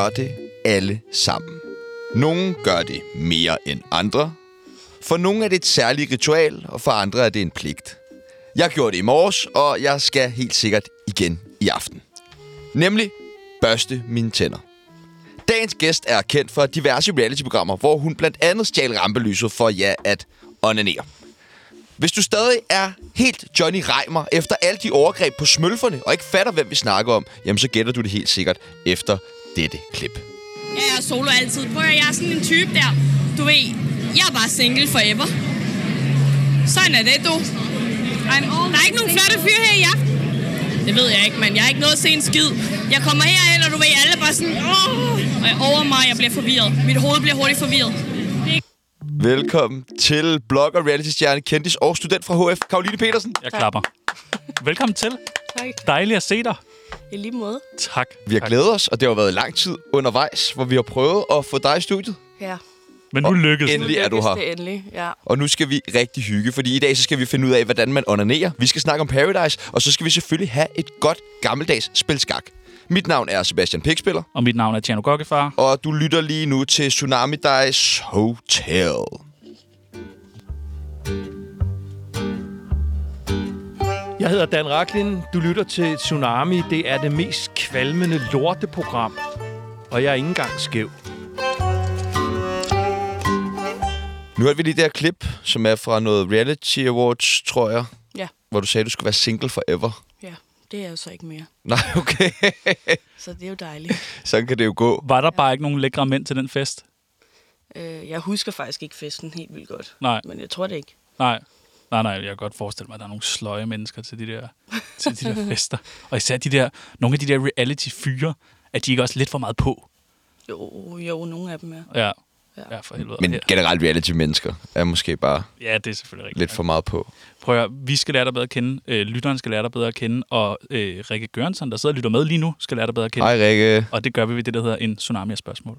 gør det alle sammen. Nogle gør det mere end andre. For nogle er det et særligt ritual, og for andre er det en pligt. Jeg gjorde det i morges, og jeg skal helt sikkert igen i aften. Nemlig børste mine tænder. Dagens gæst er kendt for diverse reality-programmer, hvor hun blandt andet stjal rampelyset for at onanere. Hvis du stadig er helt Johnny Reimer efter alle de overgreb på smølferne, og ikke fatter, hvem vi snakker om, jamen så gætter du det helt sikkert efter dette klip. Jeg er solo altid. Prøv at jeg er sådan en type der. Du ved, jeg er bare single forever. Sådan er det, du. Der er ikke nogen flotte fyre her i aften. Det ved jeg ikke, men jeg har ikke noget at se en skid. Jeg kommer herhen, og du ved, alle bare sådan... Og over mig, jeg bliver forvirret. Mit hoved bliver hurtigt forvirret. Velkommen til blogger, reality-stjerne, kendis og student fra HF, Caroline Petersen. Jeg klapper. Velkommen til. Tak. Dejligt at se dig. I lige måde. Tak. Vi har glædet os, og det har været lang tid undervejs, hvor vi har prøvet at få dig i studiet. Ja. Men nu lykkedes det. Endelig er du her. Det endelig, ja. Og nu skal vi rigtig hygge, fordi i dag så skal vi finde ud af, hvordan man onanerer. Vi skal snakke om Paradise, og så skal vi selvfølgelig have et godt gammeldags spil skak. Mit navn er Sebastian Pikspiller. Og mit navn er Tjerno Gokkefar. Og du lytter lige nu til Tsunami Dice Hotel. Jeg hedder Dan Rachlin. Du lytter til Tsunami. Det er det mest kvalmende lorteprogram. Og jeg er ikke engang skæv. Nu har vi lige det her klip, som er fra noget Reality Awards, tror jeg. Ja. Hvor du sagde, at du skulle være single forever. Ja, det er jeg så ikke mere. Nej, okay. Så det er jo dejligt. Sådan kan det jo gå. Var der bare ikke nogen lækre mænd til den fest? Jeg husker faktisk ikke festen helt vildt godt. Nej. Men jeg tror det ikke. Nej, jeg kan godt forestille mig, at der er nogle sløje mennesker til de der fester. Og især nogle af de der reality-fyre, at de ikke også lidt for meget på. Jo, nogle af dem er. Ja, for helvede. Men generelt reality-mennesker er måske bare ja, det er selvfølgelig rigtigt. lidt for meget på. Prøv at høre, vi skal lære dig bedre at kende. Lytteren skal lære dig bedre at kende. Og Rikke Gørensson, der sidder og lytter med lige nu, skal lære dig bedre at kende. Hej, Rikke. Og det gør vi ved det, der hedder en tsunami af spørgsmål.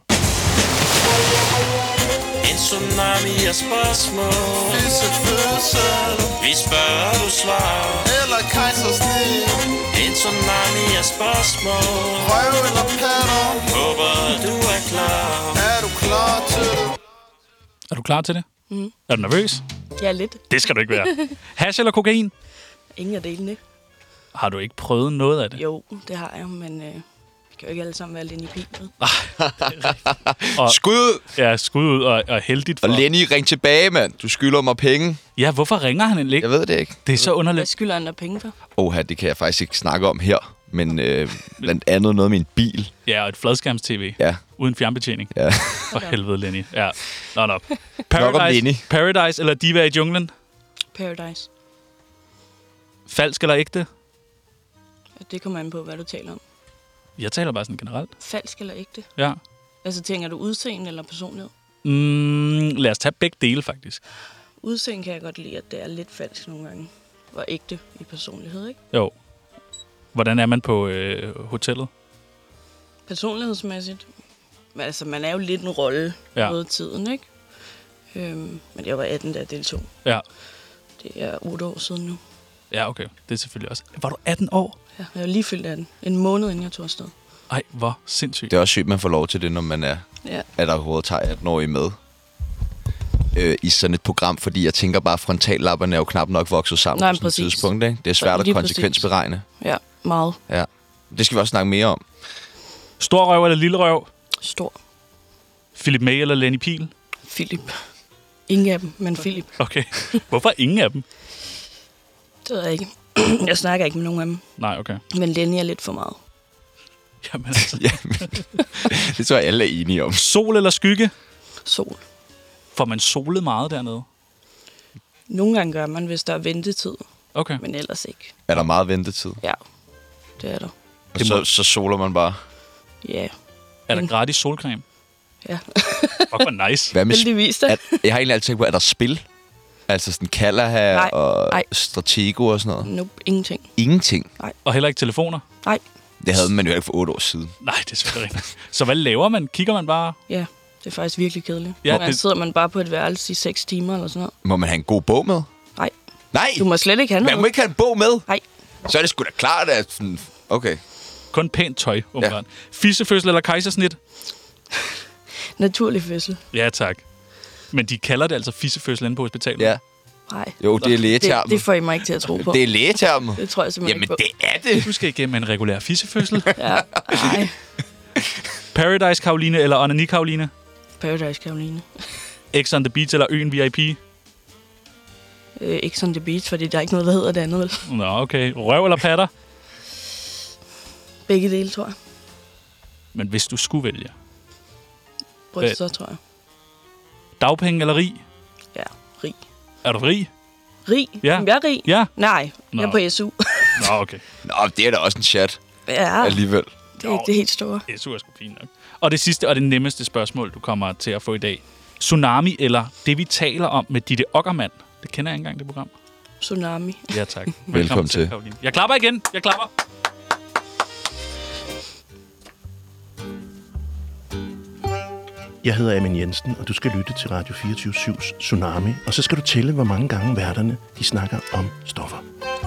En tsunami af spørgsmål. Vi spørger, du svarer. Eller kejsersnit. En tsunami af spørgsmål. Røv eller patter. Håber, du er klar. Er du klar til det? Er du klar til det? Mm. Er du nervøs? Ja, lidt. Det skal du ikke være. Hash eller kokain? Ingen af delene. Har du ikke prøvet noget af det? Jo, det har jeg, men vi kan jo ikke alle sammen være Lenny Pihl. Skud ud! Ja, skud ud og heldigt for. Og Lenny, ring tilbage, mand. Du skylder mig penge. Ja, hvorfor ringer han egentlig ikke? Jeg ved det ikke. Det er så Hvad underligt. skylder han der penge for? Det kan jeg faktisk ikke snakke om her. Men blandt andet noget med en bil. Ja, og et fladskærms-tv. Ja. Uden fjernbetjening. Ja. For helvede, Lenny. Ja. Nå. Nok om Lenny. Paradise eller Diva i junglen? Paradise. Falsk eller ægte? Det kommer an på, hvad du taler om. Jeg taler bare sådan generelt. Falsk eller ægte? Ja. Altså, tænker du udseende eller personlighed? Lad os tage begge dele, faktisk. Udseende kan jeg godt lide, at det er lidt falsk nogle gange. Og ægte i personlighed, ikke? Jo. Hvordan er man på hotellet? Personlighedsmæssigt. Men altså, man er jo lidt en rolle noget af tiden, ikke? Men jeg var 18, da jeg deltog. Ja. Det er 8 år siden nu. Ja, okay. Det er selvfølgelig også. Var du 18 år? Ja, jeg var lige fyldt 18. En måned, inden jeg tog afsted. Ej, hvor sindssygt. Det er også sygt, man får lov til det, når man er at der overhovedet tager 18-årige med i sådan et program, fordi jeg tænker bare, frontallapperne er jo knap nok vokset sammen på sådan et tidspunkt. Ikke? Det er svært at konsekvensberegne. Ja, meget. Ja. Det skal vi også snakke mere om. Stor røv eller lille røv? Stor. Philip May eller Lenny Pihl? Philip. Ingen af dem, men Philip. Okay. Hvorfor ingen af dem? Det ved jeg ikke. Jeg snakker ikke med nogen af dem. Nej, okay. Men Lenny er lidt for meget. Jamen altså. Det tror jeg, alle er enige om. Sol eller skygge? Sol. Får man solet meget dernede? Nogle gange gør man, hvis der er ventetid. Okay. Men ellers ikke. Er der meget ventetid? Ja, det er der. Og så soler man bare? Ja. Er der gratis solcreme? Ja. Fuck, hvor nice. Hvad med Heldigvis da. Jeg har egentlig altid tænkt på, er der spil? Altså sådan Kalaha og Stratego og sådan noget? Nope, ingenting. Ingenting? Nej. Og heller ikke telefoner? Nej. Det havde man jo ikke for 8 år siden. Nej, det er selvfølgelig ikke. Så hvad laver man? Kigger man bare? Ja, det er faktisk virkelig kedeligt. Ja, det sidder man bare på et værelse i 6 timer eller sådan noget. Må man have en god bog med? Nej. Nej! Du må slet ikke have noget. Man må ikke have en bog med? Nej. Så er det sgu da klart, at... Okay. Kun pænt tøj, umiddelbart. Ja. Fissefødsel eller kejsersnit? Naturlig fødsel. Ja, tak. Men de kalder det altså fissefødsel inde på hospitalet? Ja. Nej. Jo, det er lægetermen. Det får I mig ikke til at tro på. Det er lægetermen. Det tror jeg simpelthen ikke på. Jamen, det er det. Du skal igennem en regulær fissefødsel. Ja, nej. Paradise Caroline eller Onani Caroline? Paradise Caroline. X on the Beach eller Øen VIP? X on the Beach, fordi der er ikke noget, der hedder det andet, vel? Nå, okay. Røv eller patter? Begge dele, tror jeg. Men hvis du skulle vælge? Bryster, tror jeg. Dagpenge eller rig? Ja, rig. Er du rig? Rig? Ja. Jeg er rig? Ja. Nej, jeg er på SU. Nå, okay. Nå, det er da også en chat. Ja. Alligevel. Det er ikke det helt store. SU er sgu fint nok. Og det sidste og det nemmeste spørgsmål, du kommer til at få i dag. Tsunami eller det, vi taler om med Ditte Okkermann? Det kender jeg ikke engang, det program. Tsunami. Ja, tak. Velkommen til. Caroline. Jeg klapper igen. Jeg klapper. Jeg hedder Amin Jensen, og du skal lytte til Radio 24/7's Tsunami. Og så skal du tælle, hvor mange gange værterne de snakker om stoffer.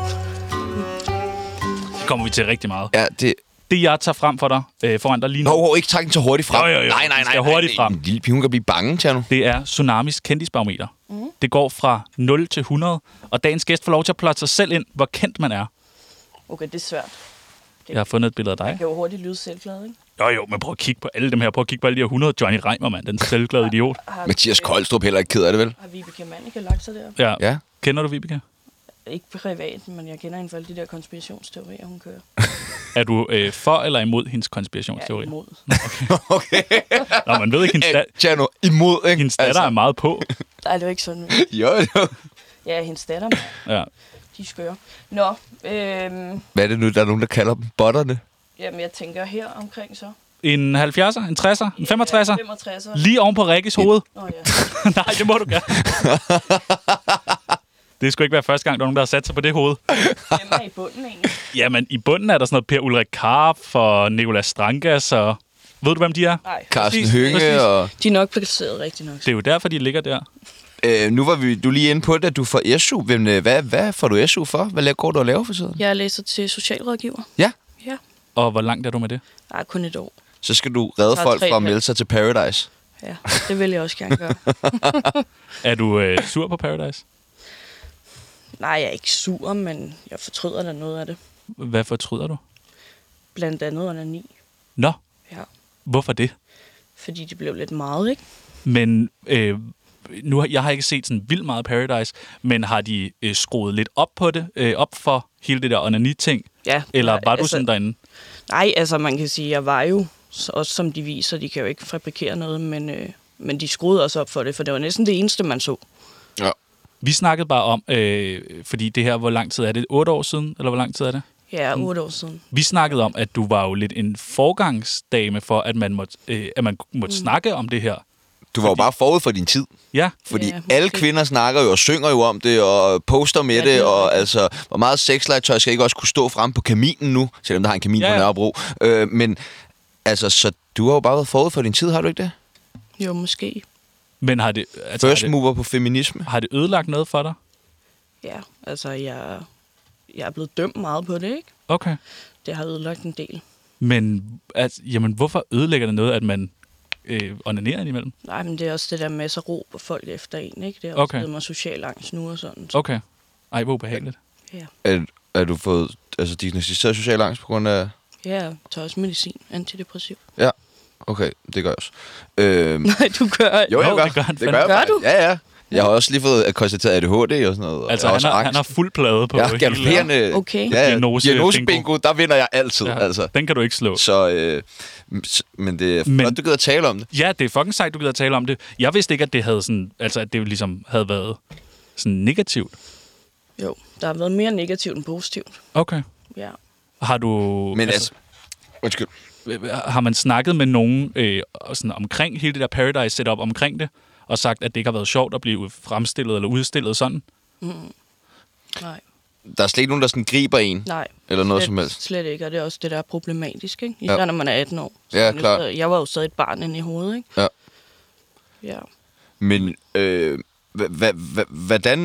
Det kommer vi til rigtig meget. Ja, det... Det, jeg tager frem for dig, foran dig lige nu. Ikke træk den så hurtigt frem. Jo. Nej. Skal hurtigt frem. En lille pige, hun kan blive bange, Tjerno. Det er Tsunamis kendisbarometer. Det går fra 0 til 100, og dagens gæst får lov til at plotte sig selv ind, hvor kendt man er. Okay, det er svært. Jeg har fundet et billede af dig. Jeg kan jo hurtigt lyde selvglad, ikke? Jo, men prøv at kigge på alle dem her. Prøv at kigge på alle de her 100. Johnny Reimer, mand. Den selvglade idiot. Mathias Koldstrup heller ikke ked af det, vel? Har Vibeke Mannicke lagt sig der? Ja. Kender du Vibeke? Ikke privat, men jeg kender hende for alle de der konspirationsteorier, hun kører. Er du for eller imod hendes konspirationsteorier? Ja, imod. Okay. Nå, man ved ikke, hendes Tjerno, imod, ikke? Hendes datter er meget på. Nej, det er jo ikke sådan. Jo. Ja, hendes datter. Ja. De skører. Nå, Hvad er det nu, der er nogen, der kalder dem botterne? jamen jeg tænker her omkring så. En 70'er, en 60'er, en 65'er. 65'er. Lige oven på Rikkes hoved. Nå ja. Nej, det må du gerne. Det skulle ikke være første gang, der er nogen, der har sat sig på det hoved. Hvem er i bunden egentlig? Jamen, i bunden er der sådan noget Per Ulrik Karp og Nicolas Strangas og... Ved du, hvem de er? Nej. Carsten Præcis. Hønge og... De er nok placeret rigtig nok. Det er jo derfor, de ligger der. Nu var du lige inde på det, at du får SU. Hvad får du SU for? Hvad går du og laver for tiden? Jeg læser til socialrådgiver. Ja. Ja. Og hvor langt er du med det? Nej, kun et år. Så skal du redde folk fra at melde sig til Paradise. Ja, det vil jeg også gerne gøre. Er du sur på Paradise? Nej, jeg er ikke sur, men jeg fortryder da noget af det. Hvad fortryder du? Blandt andet under 9. Nå, Ja, hvorfor det? fordi det blev lidt meget, ikke? Men jeg har ikke set sådan vildt meget Paradise, men har de skruet lidt op på det? Op for hele det der onani-ting? Ja. Eller nej, var du sådan derinde? Nej, altså man kan sige, jeg var jo, også som de viser, de kan jo ikke fabrikere noget, men de skruede også op for det, for det var næsten det eneste, man så. Ja. Vi snakkede bare om, fordi det her, hvor lang tid er det? 8 år siden, eller hvor lang tid er det? Ja, 8 år siden. Vi snakkede om, at du var jo lidt en forgangsdame for, at man måtte snakke om det her. Du var jo bare forud for din tid. Ja. Fordi Ja, alle måske. kvinder snakker jo og synger jo om det, og poster med det, og altså, hvor meget sexlegetøj skal ikke også kunne stå frem på kaminen nu, selvom der har en kamin på Nørrebro. Men altså, så du har jo bare været forud for din tid, har du ikke det? Jo, måske. Men har det, First mover på feminisme. har det ødelagt noget for dig? Ja, altså jeg er blevet dømt meget på det, ikke? Okay. Det har ødelagt en del. Men jamen, hvorfor ødelægger det noget, at man onanerer indimellem? Nej, men det er også det der med så ro på folk efter en, ikke? Det har Okay. også givet mig social angst nu og sådan. Så, Okay. Ej, hvor ubehageligt. ja. Er du fået diagnosticeret social angst på grund af... Ja, jeg tager også medicin, antidepressiv. Ja, okay, det gør jeg også. Nej, du gør ikke. Jo, jeg Jo, gør. det gør han fandme. jeg Gør faktisk. du? Ja. Jeg har også lige fået konstateret ADHD og sådan noget. Altså, og også han angst. har fuld plade på Ja, hele... galopperende... Okay. Ja, Diagnose diagnosebingo, der vinder jeg altid, Ja, altså. Den kan du ikke slå. Så, men det er flot, du gider tale om det. Ja, det er fucking sejt, du gider at tale om det. Jeg vidste ikke, at det havde sådan... Altså, at det ligesom havde været sådan negativt. Jo, der har været mere negativt end positivt. Okay. Ja. Har du... Men altså... Undskyld. Har man snakket med nogen sådan omkring hele det der Paradise setup omkring det, og sagt, at det ikke har været sjovt at blive fremstillet eller udstillet sådan? Nej. Der er slet ikke nogen, der sådan griber en. Nej. Eller noget slet, som helst. Slet ikke, og det er også det, der er problematisk, ikke? Især når man er 18 år. Så Ja, man klart. Jeg var jo stadig et barn inde i hovedet, ikke? Ja. Ja. Men hvordan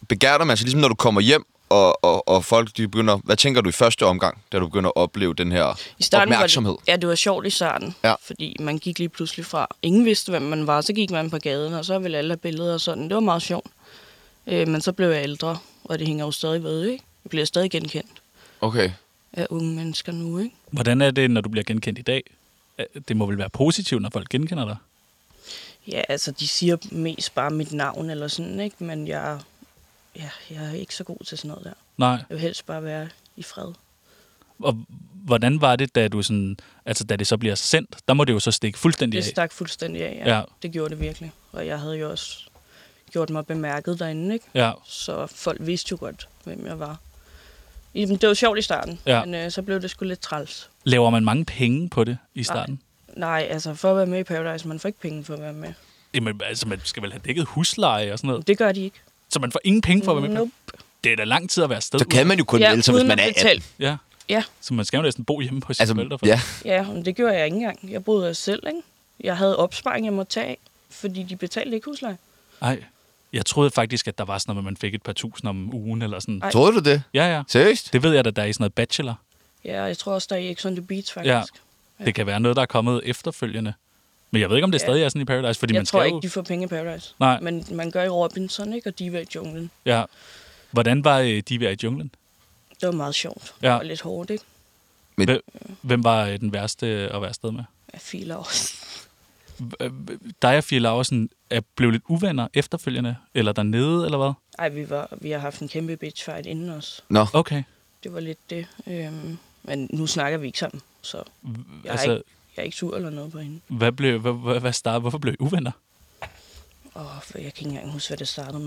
begærter man sig, ligesom når du kommer hjem, og folk de begynder... Hvad tænker du i første omgang, da du begynder at opleve den her I starten opmærksomhed? Det var sjovt i starten, fordi man gik lige pludselig fra. Ingen vidste, hvem man var, så gik man på gaden, og så ville alle have billeder og sådan. Det var meget sjovt. Men så blev jeg ældre, og det hænger jo stadig ved, ikke? Jeg bliver stadig genkendt Okay. af unge mennesker nu, ikke? Hvordan er det, når du bliver genkendt i dag? Det må vel være positivt, når folk genkender dig? Ja, altså, de siger mest bare mit navn eller sådan, ikke? Men jeg er ikke så god til sådan noget der. Nej. Jeg vil helst bare være i fred. Og hvordan var det, da det så bliver sendt? Der må det jo så stikke fuldstændig af. Det stak fuldstændig af, Ja. Det gjorde det virkelig. Og jeg havde jo også gjort mig bemærket derinde, ikke? Ja. Så folk vidste jo godt, hvem jeg var. Det var sjovt i starten, men så blev det sgu lidt træls. Laver man mange penge på det i starten? Nej, altså for at være med i Paradise, man får ikke penge for at være med. Jamen, altså, man skal vel have dækket husleje og sådan noget? Det gør de ikke. Så man får ingen penge for at være med? Nope. Det er da lang tid at være afsted. Så kan man jo kun melde sig, hvis man er 18. Ja. Så man skal jo næsten bo hjemme hos sine forældre. Ja, men det gjorde jeg ikke engang. Jeg boede selv, ikke? Jeg havde opsparing, jeg måtte tage af, fordi de betalte ikke husleje. Nej. Jeg troede faktisk, at der var sådan noget, at man fik et par tusind om ugen eller sådan. Ej. Troede du det? Ja. Seriøst? Det ved jeg, at der er i sådan noget bachelor. Ja, jeg tror også, der er i X on the Beach, faktisk. Ja. Det kan være noget, der er kommet efterfølgende. Men jeg ved ikke, om det stadig er sådan i Paradise, fordi jeg man tror skal ikke, de får penge i Paradise. Nej. Men man gør i Robinson, ikke? Og Diva i junglen. Ja. Hvordan var Diva i junglen? Det var meget sjovt. Ja. Det var lidt hårdt, ikke? Men hvem var den værste at være afsted med? Jeg filer også. Dig og Fie Laursen blev lidt uvenner efterfølgende, eller dernede, eller hvad? Ej, vi har haft en kæmpe bitchfight inden os. Nå. Okay. Det var lidt det. Men nu snakker vi ikke sammen, så jeg er ikke sur eller noget på hende. Hvad startede? Hvorfor blev I uvenner? Jeg kan ikke engang huske, hvad det startede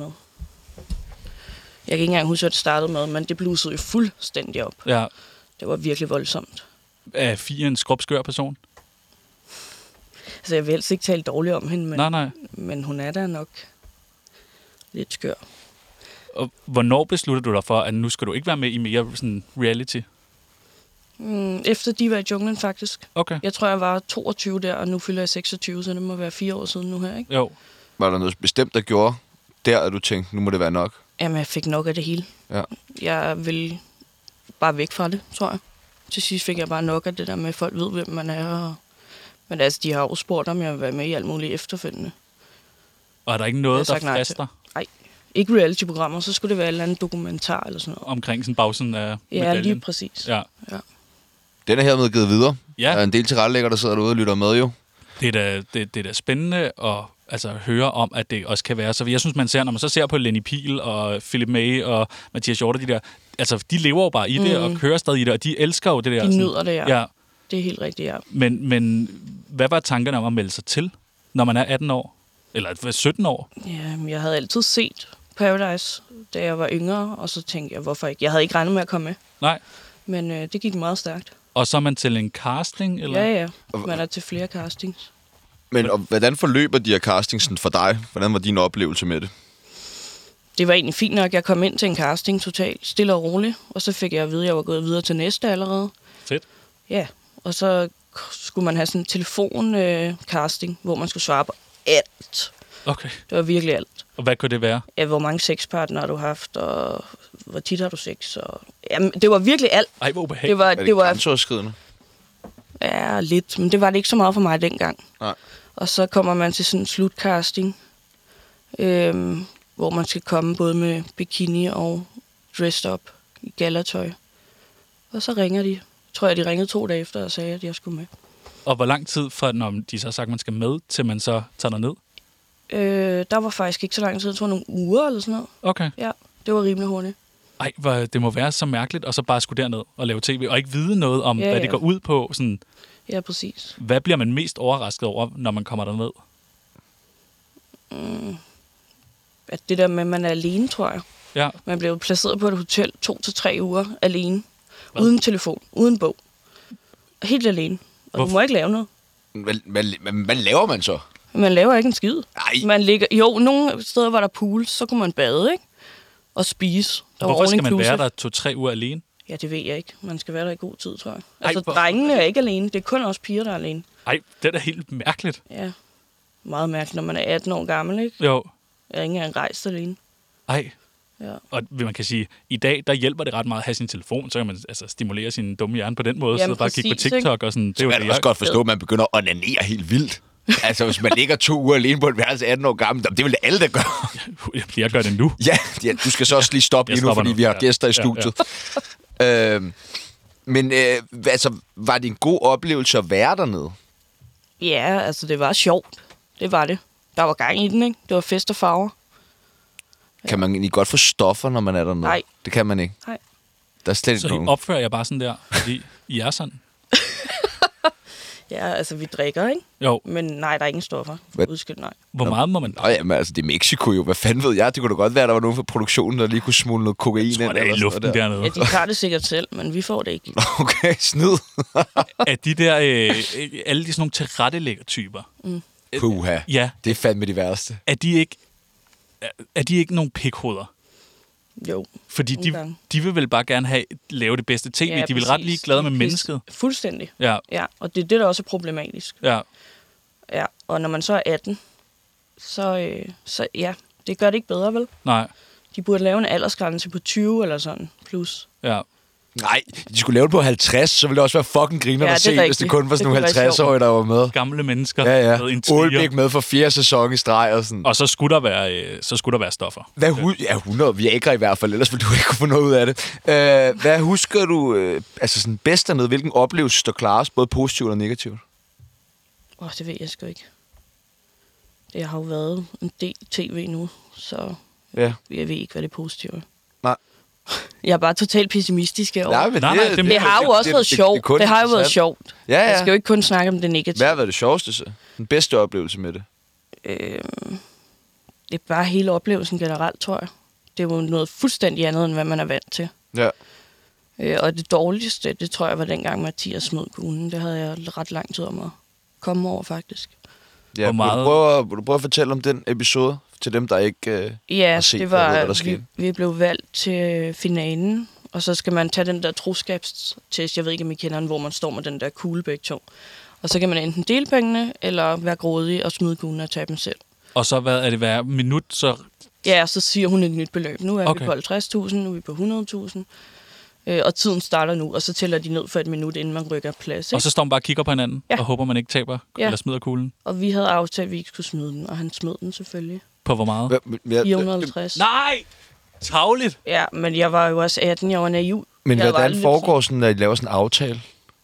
med. Men det blusede jo fuldstændig op. Ja. Det var virkelig voldsomt. Er Fie en skrubskør person? Altså, jeg vil helst ikke tale dårligt om hende, Nej. Men hun er da nok lidt skør. Og hvornår besluttede du dig for, at nu skal du ikke være med i mere sådan reality? Efter de var i junglen, faktisk. Okay. Jeg tror, jeg var 22 der, og nu fylder jeg 26, så det må være 4 år siden nu her, ikke? Jo. Var der noget bestemt, der gjorde der, at du tænkte, nu må det være nok? Jamen, jeg fik nok af det hele. Ja. Jeg ville bare væk fra det, tror jeg. Til sidst fik jeg bare nok af det der med, at folk ved, hvem man er. Men altså, de har jo spurgt, om jeg vil være med i alt muligt efterfølgende. Og er der ikke noget, der frister? Nej, ikke reality-programmer. Så skulle det være en eller anden dokumentar eller sådan noget. Omkring sådan bagsiden af medaljen? Ja, lige præcis. Ja. Den er hermed givet videre. Ja. Der er en del tilrettelæggere, der sidder derude og lytter med jo. Det er da spændende at høre om, at det også kan være. Så jeg synes, når man så ser på Lenny Pihl og Philip May og Mathias Hjorter, de lever jo bare i det og kører stadig i det, og de elsker jo det der. De nyder det, ja. Det er helt rigtigt, ja. Men hvad var tankerne om at melde sig til, når man er 18 år? Eller 17 år? Ja, jeg havde altid set Paradise, da jeg var yngre, og så tænkte jeg, hvorfor ikke? Jeg havde ikke regnet med at komme med. Nej. Men det gik meget stærkt. Og så er man til en casting? Eller? Ja. Man er til flere castings. Men hvordan forløber de her castingsen for dig? Hvordan var din oplevelse med det? Det var egentlig fint nok. Jeg kom ind til en casting totalt stille og roligt, og så fik jeg at vide, at jeg var gået videre til næste allerede. Fedt. Ja, og så skulle man have sådan en telefon-casting, hvor man skulle svare på alt. Okay. Det var virkelig alt. Og hvad kunne det være? Ja, hvor mange sexpartnere har du haft, og hvor tit har du sex? Og... Jamen, det var virkelig alt. Ej, hvor ubehageligt. Det var grænseoverskridende? Ja, lidt, men det var det ikke så meget for mig dengang. Nej. Og så kommer man til sådan en slutcasting, hvor man skal komme både med bikini og dressed up i gallertøj. Og så ringer de. Tror jeg, de ringede 2 dage efter og sagde, at jeg skulle med. Og hvor lang tid fra, når de så har sagt, at man skal med, til man så tager ned? Der var faktisk ikke så lang tid. Jeg tror nogle uger eller sådan noget. Okay. Ja, det var rimelig hurtigt. Ej, det må være så mærkeligt, og så bare skulle derned og lave tv, og ikke vide noget om, hvad det går ud på. Sådan, ja, præcis. Hvad bliver man mest overrasket over, når man kommer derned? At det der med, at man er alene, tror jeg. Ja. Man bliver placeret på et hotel 2 til 3 uger alene. Hvad? Uden telefon, uden bog. Helt alene. Og du må ikke lave noget. Hvad laver man så? Man laver ikke en skid. Nej. Man ligger, nogle steder var der pool, så kunne man bade, ikke? Og spise. Hvorfor skal man være der 2-3 uger alene? Ja, det ved jeg ikke. Man skal være der i god tid, tror jeg. Altså, drengene er ikke alene. Det er kun også piger, der er alene. Ej, det er da helt mærkeligt. Ja. Meget mærkeligt, når man er 18 år gammel, ikke? Jo. Jeg er ikke engang rejst alene. Ej. Ja. Og man kan sige, i dag, der hjælper det ret meget at have sin telefon, så kan man altså stimulere sin dumme hjerne på den måde, så bare kigge på TikTok og sådan. Det er jo jeg det, kan også godt forstå, at man begynder at onanere helt vildt. Altså, hvis man ligger 2 uger alene på et værelse 18 år gammel, det vil det alle, der gør. Jeg gør det nu. Ja, du skal så også lige stoppe lige nu, fordi vi har gæster i studiet. Men altså, var det en god oplevelse at være dernede? Ja, altså det var sjovt. Det var det. Der var gang i den, ikke? Det var fest og farver. Kan man egentlig godt få stoffer, når man er dernede? Nej. Det kan man ikke? Nej. Der er slet ikke Så nogen. I opfører jeg bare sådan der, fordi I er sådan? Ja, altså vi drikker, ikke? Jo. Men nej, der er ingen stoffer. Udskilt nej. Hvor meget må man? Nå ja, men altså, det er Mexico jo. Hvad fanden ved jeg? Det kunne da godt være, der var nogen fra produktionen, der lige kunne smule noget kokain ind. Jeg tror, det er i luften dernede. Ja, de tager det sikkert selv, men vi får det ikke. Okay, snyd. Er de der, alle de sådan nogle tilrettelægger-typer, Puha. ja, Det er fandme de værste. er de ikke nogle pikhoveder? Jo. Fordi nogle gange. de vil vel bare gerne lave det bedste tv. Ja, De vil ret præcis. lige glade med Lige mennesket. Fuldstændig. Ja, Ja, og det er det, der også er problematisk. ja. Ja, og når man så er 18, så ja, det gør det ikke bedre, vel? Nej, De burde lave en aldersgrænse på 20 eller sådan, plus. ja. Nej, de skulle lave det på 50, så ville det også være fucking griner Ja, at det se, er hvis det rigtigt. kun var sådan Det nogle kunne være 50-årige, der var med. Gamle mennesker Ja, med ja. intriger. Aalbæk med for 4 sæsoner i streg og sådan. Og så skulle der være stoffer. Ja, 100 Viagra i hvert fald, ellers ville du ikke kunne få noget ud af det. Hvad husker du altså sådan bedst dernede? Hvilken oplevelse står klarest, både positivt og negativt? Det ved jeg sgu ikke. Det har jo været en del tv nu, så Ja. jeg ved ikke, hvad det positive er. Nej. Jeg er bare totalt pessimistisk herovre. Nej, men Nej, Det har jo også været sjovt. Det har jo været sjovt. Ja, ja. Jeg skal jo ikke kun snakke om det negative. Hvad har været det sjoveste så? Den bedste oplevelse med det? Det er bare hele oplevelsen generelt, tror jeg. Det er jo noget fuldstændig andet, end hvad man er vant til. Ja. Og det dårligste, det tror jeg var dengang Mathias smed kuglen. Det havde jeg ret lang tid om at komme over, faktisk. Ja, Hvor meget- Vil du prøve at fortælle om den episode til dem, der ikke Ja, har set, det hvad der var, skete? vi blev valgt til finalen, og så skal man tage den der troskabstest. Jeg ved ikke, om I kender den, hvor man står med den der kugle begge to. Og så kan man enten dele pengene, eller være grådig og smide kuglen og tage dem selv. Og så hvad er det hver minut, så... Ja, så siger hun et nyt beløb. Nu er Okay. vi på 50.000, nu er vi på 100.000. Og tiden starter nu, og så tæller de ned for et minut, inden man rykker plads. Og Ikke? så står man bare og kigger på hinanden, Ja. og håber, man ikke taber eller smider kuglen. Og vi havde aftalt, at vi ikke skulle smide den, og han smed den selvfølgelig. På hvor meget? 450. Nej! Tavligt! Ja, men jeg var jo også 18, jeg var naiv. Men Jeg var hvordan aldrig foregår sådan, når I laver sådan en aftale?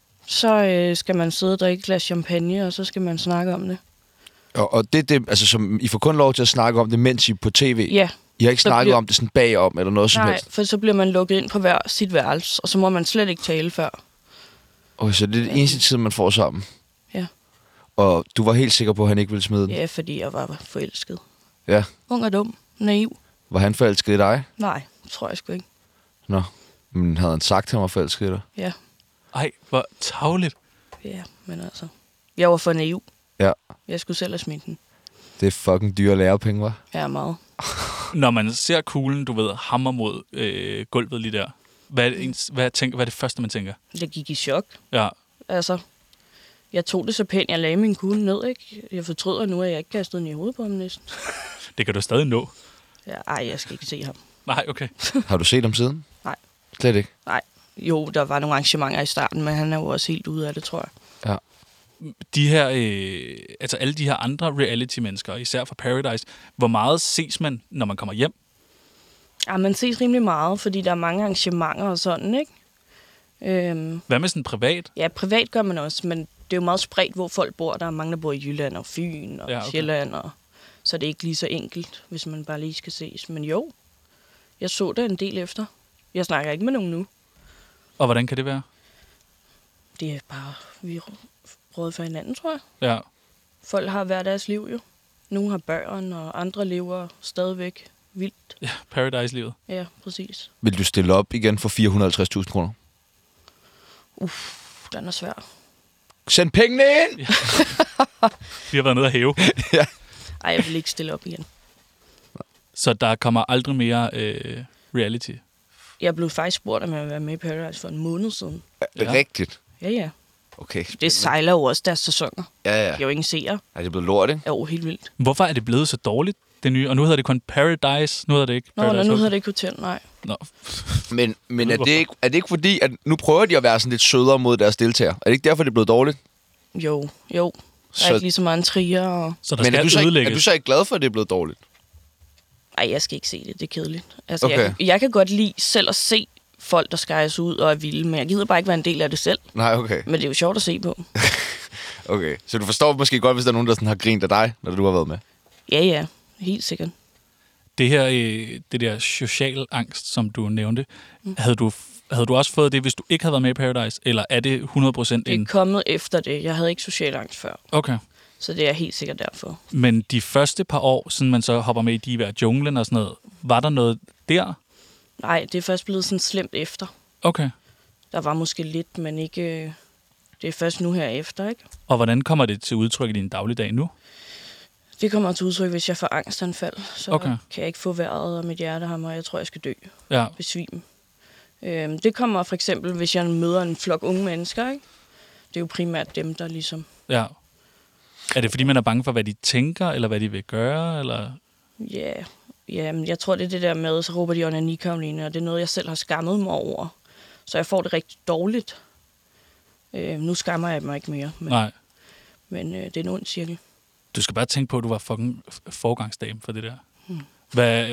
Så skal man sidde og drikke et glas champagne, og så skal man snakke om det. Og det, altså, som, I får kun lov til at snakke om det, mens I er på tv? Ja. I har ikke Så snakket bliver- om det sådan bagom, eller noget som Nej, helst? for så bliver man lukket ind på hver sit værelse, og så må man slet ikke tale før. Okay, så det er det eneste tid, man får sammen? Ja. Og du var helt sikker på, at han ikke ville smide den? Ja, fordi jeg var forelsket. Ja. Ung og dum. Naiv. Var han forelsket i dig? Nej, tror jeg sgu ikke. Nå. Men havde han sagt, at han var forelsket i dig? Ja. Ej, hvor tavligt. Ja, men altså. Jeg var for naiv. Ja. Jeg skulle selv have smidt den. Det er fucking dyre lærepenge, var. Jeg er meget. Når man ser kuglen, du ved, hammer mod gulvet lige der, hvad er det første, man tænker? Jeg gik i chok. Ja. Altså, jeg tog det så pænt, jeg lagde min kugle ned, ikke? Jeg fortryder nu, at jeg ikke kastede den i hovedet på ham næsten. Det kan du stadig nå. Ja, ej, jeg skal ikke se ham. Nej, okay. Har du set ham siden? Nej. Slet ikke? Nej. Jo, der var nogle arrangementer i starten, men han er jo også helt ude af det, tror jeg. Ja. De her, altså alle de her andre reality-mennesker, især fra Paradise, hvor meget ses man, når man kommer hjem? Ja, man ses rimelig meget, fordi der er mange arrangementer og sådan, ikke? Hvad med sådan privat? Ja, privat gør man også, men det er jo meget spredt, hvor folk bor. Der er mange, der bor i Jylland og Fyn og Sjælland, og så er det ikke lige så enkelt, hvis man bare lige skal ses. Men jo, jeg så det en del efter. Jeg snakker ikke med nogen nu. Og hvordan kan det være? Det er bare, vi er råd for hinanden, tror jeg. Ja. Folk har hver deres liv jo. Nogle har børn, og andre lever stadigvæk vildt. Ja, Paradise-livet. Ja, præcis. Vil du stille op igen for 450.000 kroner? Den er svær. Send pengene ind! Vi har været nede at hæve. Ej, jeg vil ikke stille op igen. Så der kommer aldrig mere reality. Jeg blev faktisk spurgt, om jeg ville være med i Paradise for en måned siden. Ja. Rigtigt. Ja, ja. Okay. Det sejler jo også deres sæsoner. Ja, ja. Jeg er jo ingen seer. Er det blevet lort, ikke? Jo, helt vildt. Hvorfor er det blevet så dårligt? Det nye. Og nu hedder det kun Paradise. Nu hedder det ikke Paradise. Nu hedder det ikke Hotel, nej. Nå. Men er det ikke fordi, at nu prøver de at være sådan lidt sødere mod deres deltagere? Er det ikke derfor, det er blevet dårligt? Jo. Der er ikke lige så meget en trier. Og... Så der Men skal er du så ikke glad for, at det er blevet dårligt? Ej, jeg skal ikke se det. Det er kedeligt. Altså, Okay. jeg kan godt lide selv at se folk, der skæres ud og er vilde, men jeg gider bare ikke være en del af det selv. Nej, okay. Men det er jo sjovt at se på. Okay, så du forstår måske godt, hvis der er nogen, der sådan har grint af dig, når du har været med? Ja. Helt sikkert. Det her, det der social angst, som du nævnte, havde du også fået det, hvis du ikke havde været med i Paradise? Eller er det 100% Det er kommet efter det. Jeg havde ikke social angst før. Okay. Så det er helt sikkert derfor. Men de første par år, siden man så hopper med i de her junglen og sådan noget, var der noget der? Nej, det er først blevet sådan slemt efter. Okay. Der var måske lidt, men ikke... Det er først nu her efter, ikke? Og hvordan kommer det til udtryk i din dagligdag nu? Det kommer til udtryk, hvis jeg får angstanfald. Så Okay. kan jeg ikke få vejret, og mit hjerte hammer, og jeg tror, jeg skal dø. Ja. Besvime. Det kommer for eksempel, hvis jeg møder en flok unge mennesker, ikke? Det er jo primært dem, der ligesom... Ja. Er det fordi, man er bange for, hvad de tænker, eller hvad de vil gøre, eller... Ja, men jeg tror, det er det der med, så råber de onani, Karoline, og det er noget, jeg selv har skammet mig over. Så jeg får det rigtig dårligt. Nu skammer jeg mig ikke mere. Nej. Men det er en ond cirkel. Du skal bare tænke på, at du var fucking forgangsdame for det der. Hvad...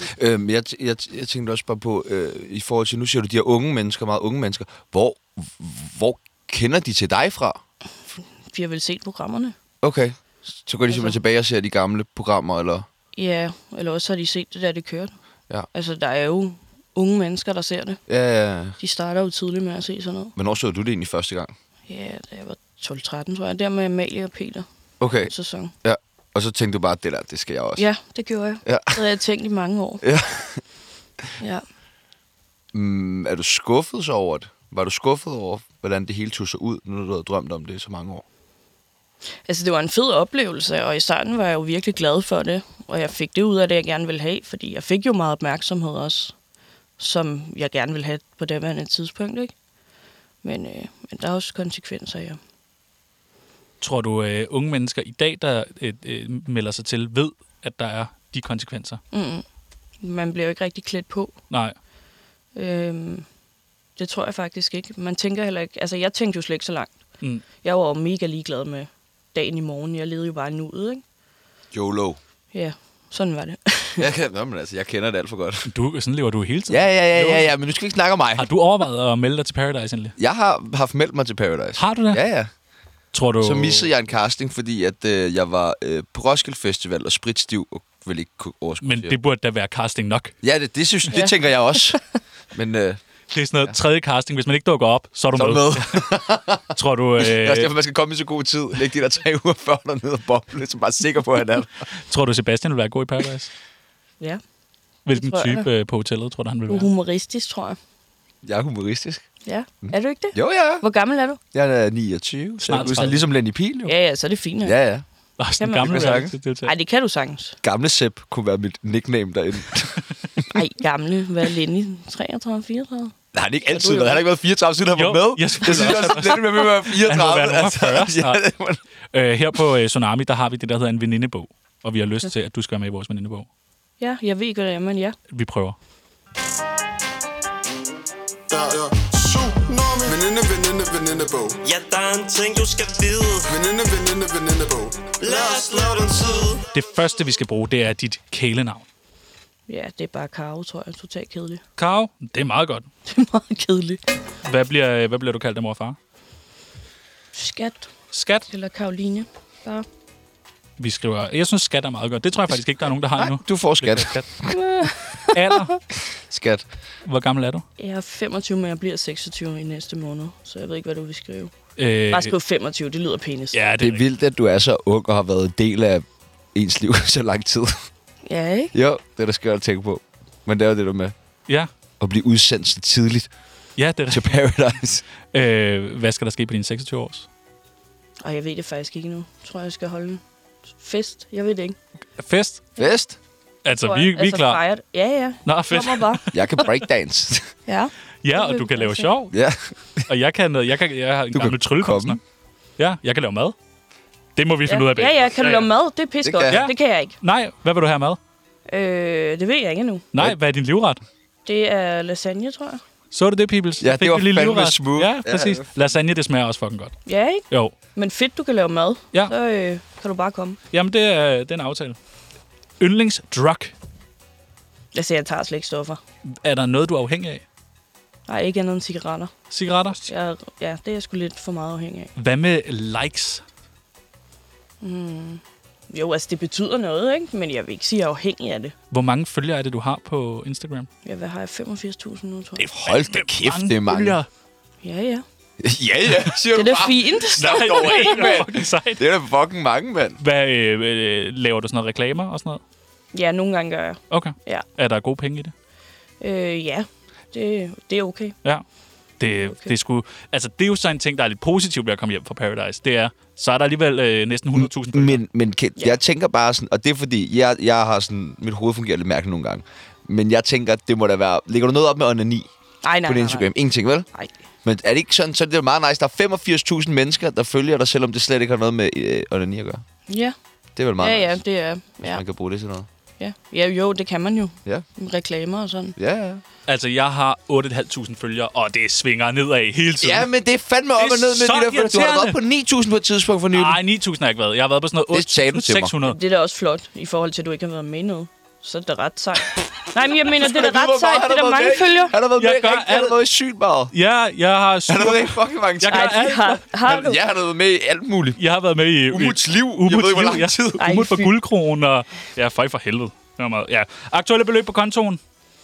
Jeg tænkte også bare på, i forhold til, nu siger du, de her unge mennesker, meget unge mennesker, hvor kender de til dig fra? Vi har vel set programmerne. Okay, så går de simpelthen tilbage og ser de gamle programmer, eller? Ja, eller også har de set det, der det kørte. Ja. Altså, der er jo unge mennesker, der ser det. Ja. De starter jo tidligt med at se sådan noget. Hvornår så du det egentlig første gang? Ja, da jeg var 12-13, tror jeg. Der med Amalie og Peter. Okay. Sæson. Ja, og så tænkte du bare, det skal jeg også. Ja, det gjorde jeg. Ja. Det havde jeg tænkt i mange år. Ja. Ja. Er du skuffet så over det? Var du skuffet over, hvordan det hele tog sig ud, når du havde drømt om det i så mange år? Altså, det var en fed oplevelse, og i starten var jeg jo virkelig glad for det. Og jeg fik det ud af det, jeg gerne ville have, fordi jeg fik jo meget opmærksomhed også, som jeg gerne ville have på det her tidspunkt, ikke? Men der er også konsekvenser, ja. Tror du, unge mennesker i dag, der melder sig til, ved, at der er de konsekvenser? Man bliver jo ikke rigtig klædt på. Nej. Det tror jeg faktisk ikke. Man tænker heller ikke... Altså, jeg tænkte jo slet ikke så langt. Jeg var jo mega ligeglad med dagen i morgen. Jeg levede jo bare nuet, ikke? YOLO. Ja, sådan var det. Jeg kender det alt for godt. Sådan lever du hele tiden? Ja, men nu skal vi ikke snakke om mig. Har du overvejet at melde dig til Paradise endelig? Jeg har haft meldt mig til Paradise. Har du det? Ja. Tror du... Så missede jeg en casting, fordi at jeg var på Roskilde Festival og spritstiv og ville ikke kunne overskue. Men det burde da være casting nok. Ja, det tænker jeg også. Men det er sådan noget tredje casting. Hvis man ikke dukker op, så er du med. Tror du... Det er også derfor, man skal komme i så god tid. Læg de der 3 uger før dernede og boble, så bare sikker på, at han er der. Tror du, Sebastian vil være god i Paradise? Ja. Hvilken type på hotellet, tror du, han vil være? Humoristisk, tror jeg. Jeg er humoristisk. Ja. Er du ikke det? Jo, ja. Hvor gammel er du? Jeg er 29. Snart så ligesom Lenny Pihl, jo. Ja, så er det fint. Ja. Sådan en gammel Nej, det kan du sagtens. Gamle Sepp kunne være mit nickname derinde. Nej, gamle. Hvad er Lenny? 33, 34? Nej, han har ikke altid været. Han har ikke været 34, siden han var med. Jeg synes også, at Lenny vil være 34. Her på Tsunami, der har vi det, der hedder en venindebog. Og vi har lyst til, at du skal være med i vores venindebog. Ja, jeg ved ikke, hvad det er, men ja. Vi prøver. Venindebog. Ja, der er en ting, du skal vide. Venindebog. Lad os lave den tid. Det første, vi skal bruge, det er dit kælenavn. Ja, det er bare Karo, tror jeg. Totalt kedeligt. Karo, det er meget godt. Det er meget kedeligt. Hvad bliver du kaldt af mor og far? Skat? Eller Karoline. Bare. Vi skriver... Jeg synes, skat er meget godt. Det tror jeg faktisk ikke, der er nogen, der har endnu. Du får skat. Alder? Skat. Hvor gammel er du? Jeg er 25, men jeg bliver 26 i næste måned. Så jeg ved ikke, hvad du vil skrive. Bare skriv 25, det lyder pænest. Ja, det er vildt, at du er så ung og har været en del af ens liv så lang tid. Ja, ikke? Jo, det er der skal jeg tænke på. Men det er jo det, du med. Ja. At blive udsendt så tidligt. Ja, det er til Paradise. Hvad skal der ske på dine 26 års? Og jeg ved det faktisk ikke nu. Jeg tror, jeg skal holde en fest. Jeg ved det ikke. Fest? Fest? Altså, vi er klar. Fejret. Ja. Nå, fedt. Jeg kan breakdance. Ja. Ja, og du kan lave sjov. Ja. Og jeg har en gammel tryllekunstner. Ja, jeg kan lave mad. Det må vi finde ud af. Ja, kan du lave mad? Det er pisse godt. jeg. Det kan jeg ikke. Nej, hvad vil du have mad? Det ved jeg ikke endnu. Nej, hvad er din livret? Det er lasagne, tror jeg. Så det, Peoples? Ja, det var fandme smooth. Ja, præcis. Lasagne, det smager også fucking godt. Ja, ikke? Jo. Men fedt, du kan lave mad. Ja. Så kan du bare komme. Jamen, det er en aftale. Yndlingsdrug. Altså, jeg tager slet ikke stoffer. Er der noget, du er afhængig af? Nej, ikke andet end cigaretter. Cigaretter? Ja, det er jeg sgu lidt for meget afhængig af. Hvad med likes? Jo, altså, det betyder noget, ikke? Men jeg vil ikke sige, at jeg er afhængig af det. Hvor mange følgere er det, du har på Instagram? Ja, hvad har jeg? 85.000 nu, tror jeg. Hold da kæft, det er mange. følgere. Ja. Ja, siger Det du er da bare. fint. Nej, dog ikke, det er mand. fucking sejt. Det er da fucking mange, mand. Hvad, laver du sådan noget reklamer og sådan noget? Ja, nogle gange gør jeg. Okay. Ja. Er der gode penge i det? Ja, det er okay. Ja. Det er sgu... Altså, det er jo sådan en ting, der er lidt positivt ved at komme hjem fra Paradise. Det er, så er der alligevel næsten 100.000 følgere. Men jeg tænker bare sådan, og det er fordi, jeg har sådan, mit hoved fungerer lidt mærkeligt nogle gange. Men jeg tænker, at det må da være... Ligger du noget op med onani Nej. på din Instagram? Ingenting, vel? Nej. Men er det ikke sådan, så er det meget nice. Der er 85.000 mennesker, der følger dig, selvom det slet ikke har noget med onani at gøre. Ja. Det er vel meget Ja, nice, det er. hvis Ja. man kan bruge det til noget. Ja, jo, det kan man jo. Ja. Reklamer og sådan. Ja. Altså, jeg har 8.500 følgere, og det svinger nedad hele tiden. Ja, men det er fandme op og ned med så de der følger. Du har irriterende. været på 9.000 på et tidspunkt for nylig. Nej, 9.000 har jeg ikke været. Jeg har været på sådan noget Det sagde du til mig. 600. Det er da også flot, i forhold til, at du ikke har været med i noget. Så er det da ret sejt. Nej, men jeg mener, det er da ret sejt. Det er der mange følgere. Han har været med Jeg gør rigtig. Han har alt. været i sygt meget. Ja, jeg har... Han har været i fucking mange ting. Jeg gør alt. Har du? Ja, han har været med i alt muligt. Jeg har været med i... Umuts liv. Jeg Umuts ved ikke, hvor liv, lang tid. Ja. Umut for guldkronen og... Ja, for helvede. Det var meget. Ja. Aktuelle beløb på kontoen?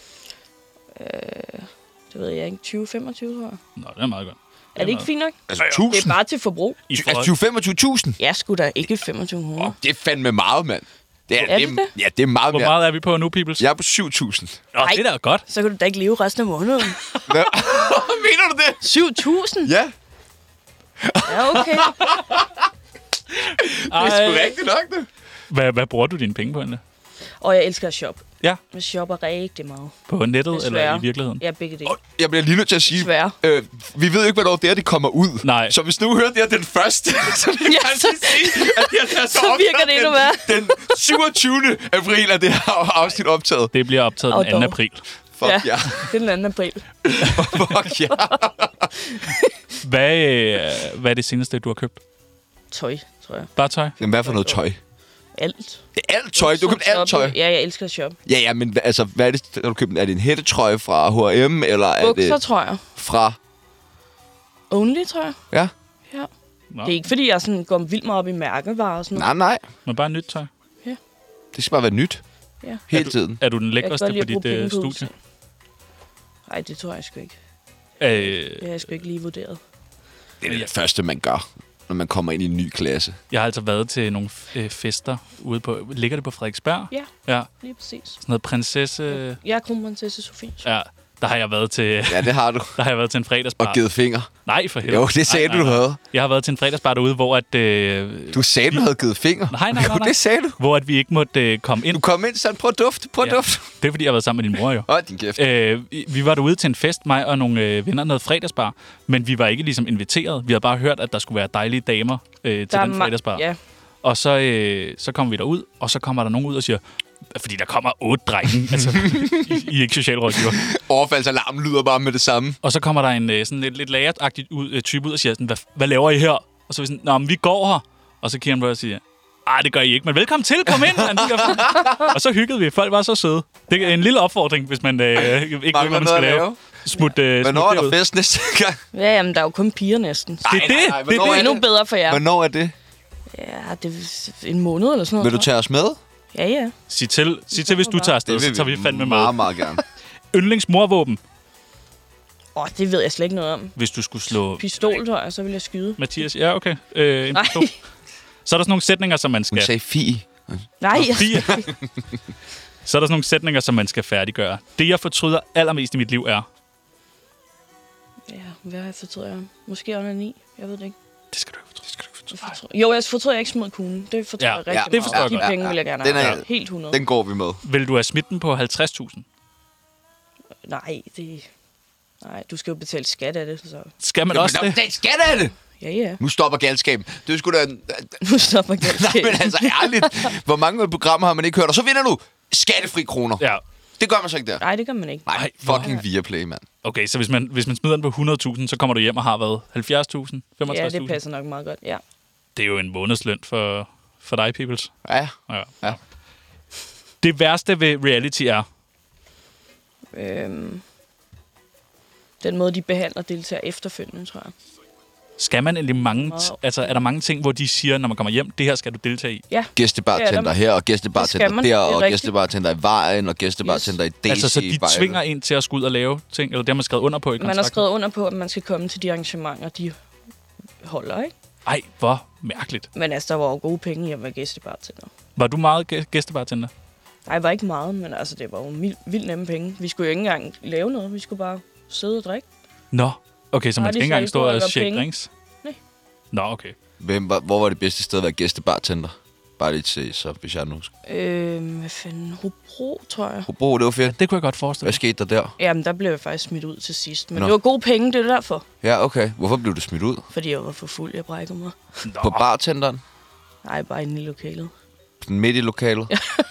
Det ved jeg ikke. 20-25, tror jeg. Nå, det er meget godt. Er det ikke fint nok? Altså, Det 1000. er bare til forbrug. Altså, 25.000. Jeg skulle da ikke 2500. Det er fandme meget, mand. Er det det? Ja, det er meget Hvor mere. meget er vi på nu, Peoples? Jeg er på 7.000. Nå, det er da godt. Så kan du da ikke leve resten af måneden. Mener du det? 7.000? Ja, Ja, okay. det er sgu rigtigt nok, det. Hvad bruger du dine penge på, egentlig? Og jeg elsker at shoppe. Ja. Jeg shopper rigtig meget. På nettet eller Desværre. i virkeligheden? Ja, begge dele. Jeg bliver lige nødt til at sige, Desværre. vi ved ikke, hvornår det er, det kommer ud. Nej. Så hvis du hører det her den første, så vil jeg Ja, gerne sige, at det her er så virker det endnu værre. den 27. april er det her afsnit optaget. Det bliver optaget den 2. dog. april. Fuck ja. det er den 2. april. Fuck ja. Hvad er det seneste, du har købt? Tøj, tror jeg. Bare tøj? Jamen, hvad for noget tøj? Alt. Alt tøj? Du har købt alt tøj? Ja, jeg elsker at shoppe. Ja, men altså, hvad er det, du har købt? Er det en hættetrøje fra H&M, eller er Bukser, det tror jeg. fra... Only, tror jeg. Ja? Ja. Nå. Det er ikke, fordi jeg sådan går vildt meget op i mærkevarer og sådan noget. Nej. Men bare nyt tøj. Det skal bare være nyt. Ja. Hele tiden. Er du den Jeg kan lækreste godt lide på at bruge dit penge på studie? udseende. Nej, det tror jeg sgu ikke. Det har jeg sgu ikke lige vurderet. Det er det første, man gør, når man kommer ind i en ny klasse. Jeg har altså været til nogle fester ude på... Ligger det på Frederiksberg? Ja. Ja. Lige præcis. Sådan noget prinsesse... Jeg er kronprinsesse Sofie. Ja. Der har jeg været til... Ja, det har du. Der har jeg været til en fredagsbar. Og givet fingre. Nej, for helvede. Jo, det sagde du havde. Jeg har været til en fredagsbar derude, hvor at... Du sagde, du havde givet fingre. Nej. Jo, det sagde du. Hvor at vi ikke måtte komme ind. Du kom ind sådan, prøv at dufte. Det er, fordi jeg har været sammen med din mor, jo. Din kæft. Vi var derude til en fest, mig og nogle venner, noget fredagsbar. Men vi var ikke ligesom inviteret. Vi havde bare hørt, at der skulle være dejlige damer til den fredagsbar. Ja. Og så kommer vi derud, og så kommer der nogen ud og siger... Fordi der kommer 8 drenge. Altså, I er ikke socialrådgiver. Overfaldsalarmen lyder bare med det samme. Og så kommer der en sådan lidt læreragtig type ud og siger sådan, hvad laver I her? Og så er vi sådan, nå, men vi går her. Og så kigger han på og siger, det gør I ikke, men velkommen til, kom ind. Og så hyggede vi, folk var så søde. Det er en lille opfordring, hvis man ikke ved, hvad man skal lave. Hvornår er der fest næste gang? Ja, jamen, der er jo kun piger næsten. Det er det. Det er endnu bedre for jer. Hvornår er det? Ja, det er en måned eller sådan noget. Vil du tage os med? Ja. Sig til, hvis du tager afsted, så tager vi fandme med. Meget, meget gerne. Yndlingsmorvåben, Det ved jeg slet ikke noget om. hvis du skulle slå... Pistol, tror jeg, så vil jeg skyde. Mathias, ja, okay. En Nej. pistol. Så er der sådan nogle sætninger, som man skal... Hun sagde fi. Nej, Så er der sådan nogle sætninger, som man skal færdiggøre. Det, jeg fortryder allermest i mit liv, er... Ja, hvad har jeg fortryder? Måske under 9. Jeg ved det ikke. Det skal du ikke fortryde. Jo, jeg fortryder ikke smid kuglen. Det fortryder jeg rigtig det forstår meget. jeg De godt. penge vil jeg gerne Den have. er- Helt 100. Den går vi med. Vil du have smidt den på 50.000? Nej, du skal jo betale skat af det, så... Skal man også det? Det er skat af det! Ja. Nu stopper galskaben. Det er sgu da... Nu stopper galskaben. Nej, men altså ærligt. Hvor mange programmer har man ikke hørt? Og så vinder du skattefri kroner. Ja. Det gør man så ikke der. Nej, det gør man ikke. Nej, fucking Viaplay, mand. Okay, så hvis man smider den på 100.000, så kommer du hjem og har været 70.000, 65.000? Ja, det passer nok meget godt, ja. Det er jo en månedsløn for dig, peoples. Ja. Det værste ved reality er... Den måde, de behandler deltagere efterfølgende, tror jeg. Skal man egentlig altså, er der mange ting, hvor de siger, når man kommer hjem, det her skal du deltage i? Ja. Gæstebartender her, og gæstebartender der, og rigtigt. gæstebartender i vejen, og gæstebartender i Daisy. Altså, så de tvinger en til at skulle ud og lave ting, eller det har man skrevet under på i kontrakten? Man har skrevet under på, at man skal komme til de arrangementer, de holder, ikke? Ej, hvor mærkeligt. Men altså, der var jo gode penge i at være gæstebartender. Var du meget gæstebartender? Nej, det var ikke meget, men altså, det var jo vildt nemme penge. Vi skulle jo ikke engang lave noget, vi skulle bare sidde og drikke. Nå, okay, så man skal ikke engang stå og shake drinks? Nej. Nå, okay. Hvor var det bedste sted at være gæstebartender? Bare lige til, så hvis jeg nu... Hvad fanden? Hobro, tror jeg. Hobro, det var fedt. Det kunne jeg godt forestille Hvad skete der der? Jamen, der blev jeg faktisk smidt ud til sidst. Men det var gode penge, det er derfor. Ja, okay. Hvorfor blev du smidt ud? Fordi jeg var for fuld, jeg brækkede mig. På bartenderen? Nej, bare inde i lokalet. Midt i lokalet?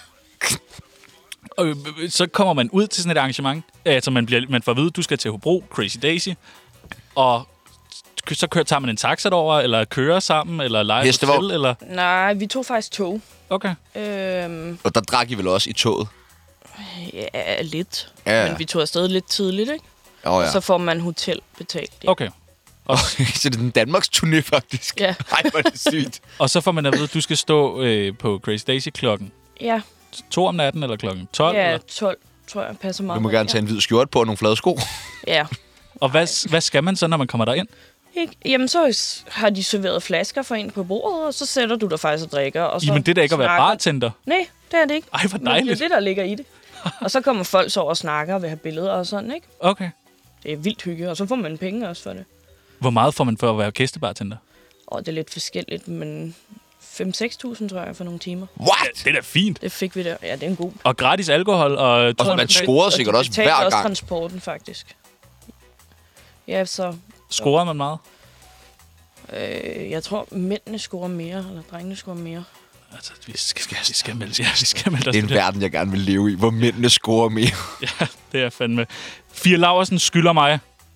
Og så kommer man ud til sådan et arrangement. Altså, man får at vide, at du skal til Hobro, Crazy Daisy. Og så tager man en taxa derover, eller kører sammen, eller leger hotel, eller... Nej, vi tog faktisk tog. Okay. Og der drak I vel også i toget? Ja, lidt. Ja. Men vi tog afsted lidt tidligt, ikke? Ja. Og så får man hotel betalt. Ja. Okay. Så det er den Danmarks turné, faktisk. Ja. Ej, hvor er det sygt. Og så får man at vide, at du skal stå på Crazy Daisy klokken Ja. 2 om natten, eller klokken 12? Ja, eller? 12, tror jeg, passer meget. Du må gerne tage en hvid skjort på og nogle flade sko. Ja. Og hvad skal man så, når man kommer derind? Ikke? Jamen, så har de serveret flasker for en på bordet, og så sætter du dig faktisk og drikker. Og så Jamen, det er da ikke at være bartender. Nej, det er det ikke. Ej, hvor dejligt. Men det er det, der ligger i det. Og så kommer folk så over og snakker og vil have billeder og sådan, ikke? Okay. Det er vildt hygge, og så får man penge også for det. Hvor meget får man for at være gæstebartender? Og det er lidt forskelligt, men 5-6.000, tror jeg, for nogle timer. What? Det er da fint. Det fik vi der. Ja, det er en god. Og gratis alkohol. Og så man scorede sikkert også hver gang. Og også transporten, faktisk. Ja, så... Scorer man meget? Jeg tror, mændene scorer mere, eller drengene scorer mere. Altså, vi skal melde os. Det er en verden, jeg gerne vil leve i, hvor mændene scorer mere. Ja, det er fandme. Fie Laursen skylder mig.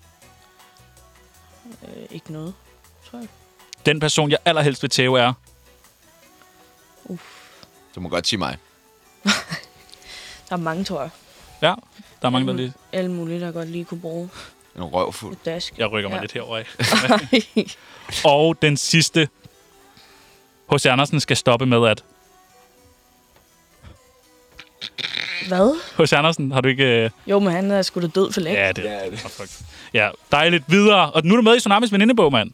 Ikke noget, tror jeg. Den person, jeg allerhelst vil tæve, er... Du må godt sige mig. Der er mange, tror jeg. Ja, der er mange, der lige... Alle mulige, der godt lige kunne bruge En røvfuld. et dask. Jeg rykker mig lidt herover af. Og den sidste. H.C. Andersen skal stoppe med at... Hvad? H.C. Andersen, har du ikke... Jo, men han er sgu da død for længe. Ja, det er det. Oh, fuck. Ja, dejligt. Videre. Og nu er du med i Tsunamis venindebog, mand.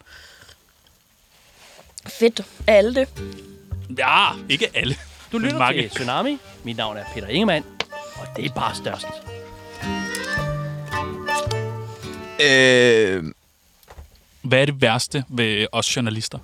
Fedt. Er alle det? Ja, ikke alle. Du Men lytter mange. til Tsunami. Mit navn er Peter Ingemann, og det er bare størst. Hvad er det værste ved os journalister?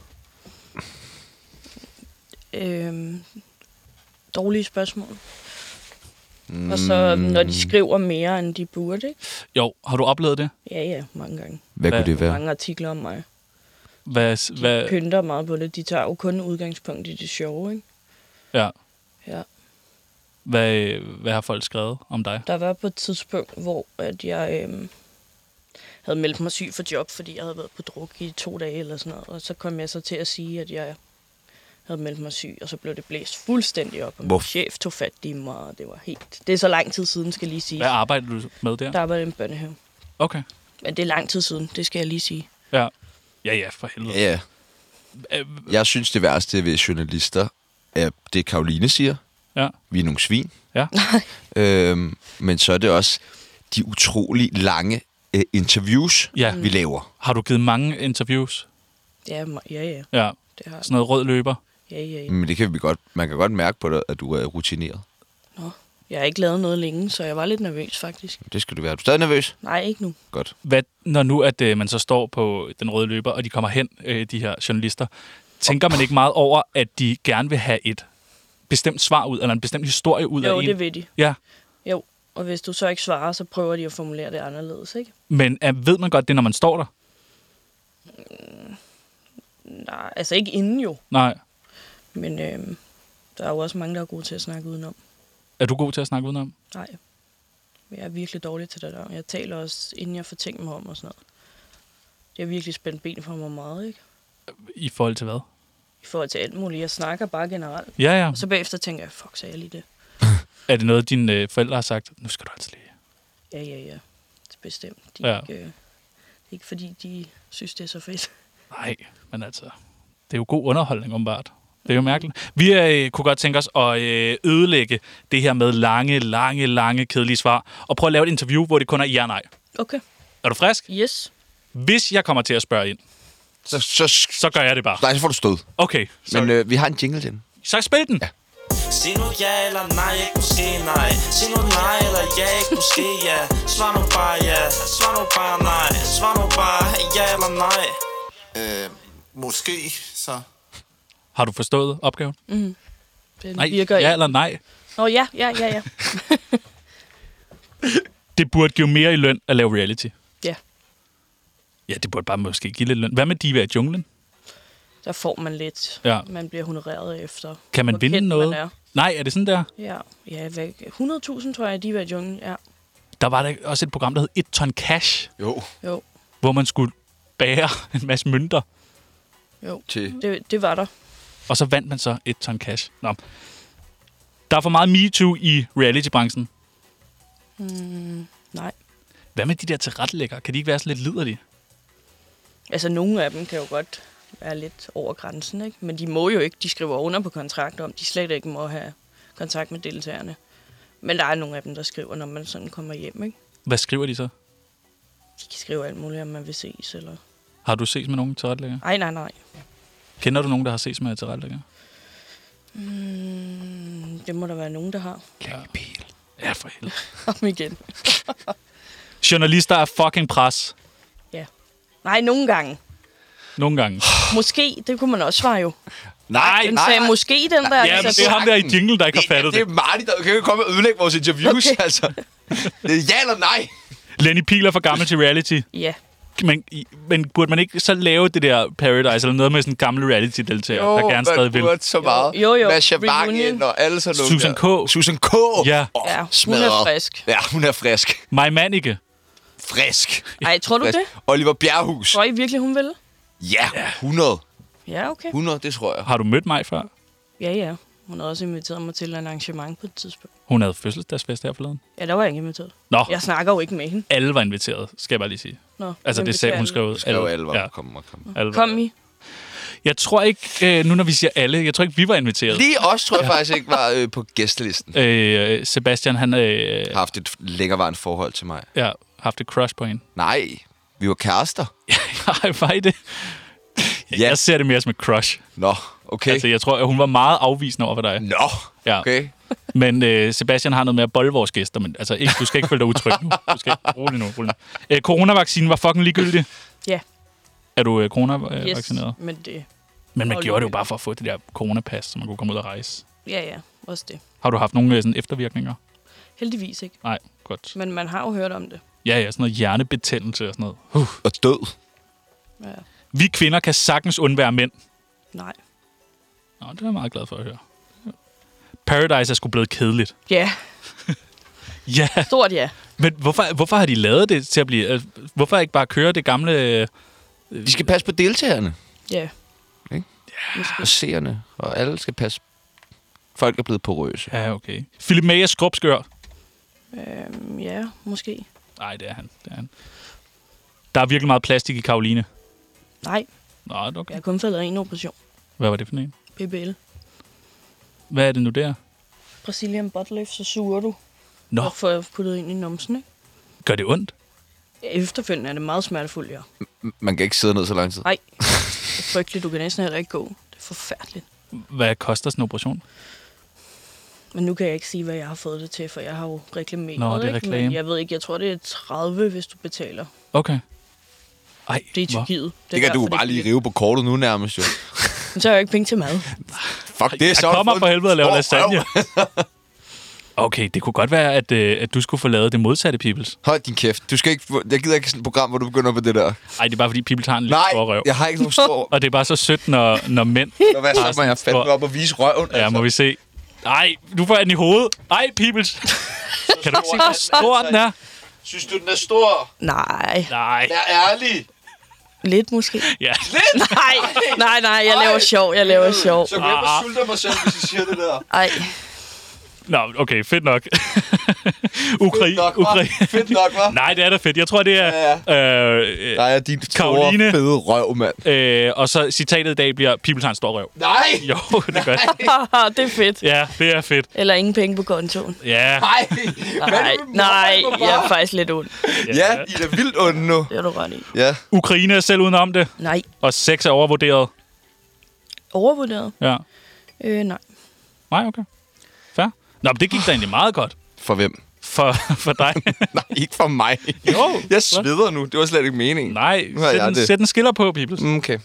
Dårlige spørgsmål. Og så når de skriver mere, end de burde, ikke? Jo, har du oplevet det? Ja, mange gange. Hvad kunne det være? Mange artikler om mig. Hvad? Pynter meget på det. De tager jo kun udgangspunkt i det sjove, ikke? Ja. Ja. Hvad har folk skrevet om dig? Der var på et tidspunkt, hvor at jeg havde meldt mig syg for job, fordi jeg havde været på druk i 2 dage eller sådan noget. Og så kom jeg så til at sige, at jeg havde meldt mig syg, og så blev det blæst fuldstændig op. Og min chef tog fat i mig, og det var helt... Det er så lang tid siden, skal jeg lige sige. Hvad arbejder du med der? Der arbejdede i en børnehave. Okay. Men det er lang tid siden, det skal jeg lige sige. Ja. Ja, for helvede. Ja. Jeg synes, det værste ved journalister er det, Karoline siger. Ja. Vi er nogle svin. Ja. Men så er det også de utrolig lange interviews, vi laver. Har du givet mange interviews? Ja. Ja. Det har sådan noget rød løber? Ja. Men det kan vi godt. Man kan godt mærke på dig, at du er rutineret. Nå. Jeg har ikke lavet noget længe, så jeg var lidt nervøs, faktisk. Det skal du være. Er du stadig nervøs? Nej, ikke nu. Godt. Hvad, når nu at man så står på den røde løber, og de kommer hen, de her journalister, tænker man ikke meget over, at de gerne vil have et bestemt svar ud, eller en bestemt historie ud af en? Jo, det vil de. Ja. Jo, og hvis du så ikke svarer, så prøver de at formulere det anderledes, ikke? Men ved man godt det, når man står der? der er, altså ikke inden jo, Nej. men der er jo også mange, der er gode til at snakke udenom. Er du god til at snakke udenom? Nej, jeg er virkelig dårlig til det der. Jeg taler også, inden jeg får tænkt mig om og sådan noget. Det er virkelig spændt ben for mig meget, ikke? I forhold til hvad? I forhold til alt muligt. Jeg snakker bare generelt. Ja. Og så bagefter tænker jeg, fuck, sagde jeg lige det? Er det noget, dine forældre har sagt? Nu skal du altså lige... Ja. Det er bestemt. Det er ikke fordi, de synes, det er så fedt. Nej, men altså... Det er jo god underholdning, åbenbart. Det er jo mærkeligt. Vi kunne godt tænke os at ødelægge det her med lange, kedelige svar. Og prøve at lave et interview, hvor det kun er ja og nej. Okay. Er du frisk? Yes. Hvis jeg kommer til at spørge ind, så gør jeg det bare. Nej, så får du stød. Okay. Men vi har en jingle til den. Så spil den. Ja. Sig nu ja eller nej, ikke måske nej. Sig nu nej eller ja, ikke måske ja. Svar nu bare ja, svar nu bare nej. Svar nu bare ja eller nej. Måske så. Har du forstået opgaven? Den Nej, virker ja ikke. eller nej? Nå, ja. Det burde give mere i løn at lave reality. Ja. Ja, det burde bare måske give lidt løn. Hvad med Diva i junglen? Der får man lidt. Ja. Man bliver honoreret efter. Kan man hvor vinde kendt noget? Man er. Nej, er det sådan der? Ja, 100.000 tror jeg, de var i junglen. Ja. Der var der også et program, der hed 1 ton cash, Jo. hvor man skulle bære en masse mønter, Det var der. og så vandt man så 1 ton cash. Nå. Der er for meget MeToo i reality-branchen. Nej. Hvad med de der tilrettelæggere? Kan de ikke være så lidt liderlige? Altså, nogle af dem kan jo godt være lidt over grænsen, ikke? Men de må jo ikke. De skriver under på kontrakter om, de slet ikke må have kontakt med deltagerne. Men der er nogle af dem, der skriver, når man sådan kommer hjem, ikke? Hvad skriver de så? De kan skrive alt muligt, om man vil ses, eller... Har du ses med nogen tilrettelæggere? Nej. Kender du nogen, der har ses med tilrettelæggere? Det må der være nogen, der har. Ja, for helvede. Om igen. Journalister er fucking pres. Ja. Nej, nogle gange. Nogle gange. Måske, det kunne man også svare jo. Nej, Den sagde måske, den der. Ja, men det er ham der i jingle, der ikke har fattet det. Det er Marty, der kan jo komme og ødelægge vores interviews, Okay. altså. Det er ja eller nej. Lenny Pihl er for gammel til reality. Ja. Men burde man ikke så lave det der Paradise, eller noget med sådan en gammel reality-deltager, der gerne stadig vil? burde så meget. Jo. Masha Reunion. Vangen og alle sådan nogle Susan der. K. Susan K. Ja. Ja, hun smadret. er frisk. Ja, hun er frisk. Maj Mannicke. Frisk. Ej, tror du Frisk. det? Oliver Bjerrehus. Tror I virkelig, hun vil? Ja, 100. Ja, okay. 100, det tror jeg. Har du mødt mig før? Ja. Hun har også inviteret mig til et arrangement på et tidspunkt. Hun havde fødselsdagsfest her forleden. Ja, der var jeg ikke inviteret. Nå, Jeg snakker jo ikke med hende. alle var inviteret, skal jeg bare lige sige. Nå, Altså, det sagde hun skrev ud. Skrev alle var. Ja, Kom. alle var. Kom I? Jeg tror ikke, nu når vi siger alle, jeg tror ikke, vi var inviteret. Lige os tror jeg faktisk ikke var på gæstelisten. Sebastian, han Har haft et længerevarende forhold til mig. har haft et crush på hende. Nej, vi var kærester. Nej, var I det? Ja. Jeg ser det mere som et crush. Nå, okay. Altså, jeg tror, at hun var meget afvisende over for dig. Nå, Ja. okay. Men Sebastian har noget med at bolle vores gæster, men altså, du skal ikke føle dig utryg nu. Du skal rolig nu. Coronavaccinen var fucking ligegyldig. Ja. Er du coronavaccineret? Yes, men det... Men man Og gjorde det jo lukket. bare for at få det der coronapas, så man kunne komme ud og rejse. Ja, også det. Har du haft nogle sådan eftervirkninger? Heldigvis ikke. Nej, godt. Men man har jo hørt om det. Ja, sådan noget hjernebetændelse og sådan noget. Og død. Ja. Vi kvinder kan sagtens undvære mænd. Nej. Nå, det er jeg meget glad for at høre. Paradise er sgu blevet kedeligt. Ja, Ja, stort ja. men hvorfor har de lavet det til at blive... hvorfor ikke bare køre det gamle... De skal passe på deltagerne. Ja. Ikke? Måske. Og seerne. Og alle skal passe. Folk er blevet porøse. Ja, okay. Philip May er skrubskør. Ja, måske. Nej, det er han. Der er virkelig meget plastik i Karoline. Nej, Nå, det er okay. jeg har kun fået lavet en operation. Hvad var det for en? BBL. Hvad er det nu der? Brazilian butt lift, så suger du. Nå, Og får puttet ind i numsen, ikke? gør det ondt? Efterfølgende er det meget smertefuldt, ja. Man kan ikke sidde ned så lang tid. Nej, det er frygteligt. Du kan næsten heller ikke gå. Det er forfærdeligt. Hvad koster sådan en operation? Men nu kan jeg ikke sige, hvad jeg har fået det til, for jeg har jo reklameret, Nå, det er ikke? reklame. Men jeg ved ikke, jeg tror, det er 30, hvis du betaler. Okay. Ej, Det er i Tyrkiet. Det kan du bare lige rive på kortet nu nærmest, jo. Men så har jeg jo ikke penge til mad. Fuck, det er så... Jeg kommer for helvede og laver lasagne. Okay, det kunne godt være, at du skulle få lavet det modsatte, Peoples. Hold din kæft. Du skal ikke, jeg gider ikke sådan et program, hvor du begynder på det der. Nej, det er bare fordi Peoples har en lidt stor røv. Nej, jeg har ikke nogen stor. Og det er bare så sødt, når mænd... Og hvad så må jeg fandme op og vise røven? Ja, må vi se. Nej, du får den i hovedet. Ej, Peoples. Kan du ikke se, hvor stor den er? Synes du, den er stor? Nej. Nej. Vær ærlig. Lidt måske. Ja. Nej, jeg laver sjov. Så jeg må sulte mig selv, hvis I siger det der. Ej. Nå, okay, fedt nok. Fedt nok, hva'? Nej, det er da fedt. Jeg tror, det er... Der er din store, fede røv, mand. Og så citatet i dag bliver, Peoples har en stor røv. Nej! Jo, det gør det. Det er fedt. Ja, det er fedt. Eller ingen penge på kontoen. Ja. Nej, jeg er faktisk lidt ond. Ja, I er da vildt onde nu. Det er du ret i. Ja. Ukraine er selv udenom det. Nej. Og sex er overvurderet. Overvurderet? Ja. Nej. Nej, okay. Fair. Nå, men det gik da egentlig meget godt. For hvem? For dig. Nej, ikke for mig. Jo. Jeg sveder nu. Det var slet ikke meningen. Nej, sæt en skiller på, Peoples. Okay.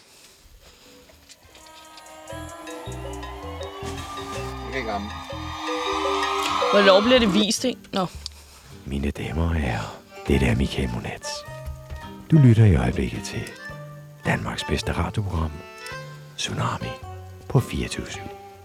Hvornår bliver det vist, ikke? Nå. Mine damer og herrer, det er Michael Monats. Du lytter i øjeblikket til Danmarks bedste radioprogram, Tsunami, på 24/7.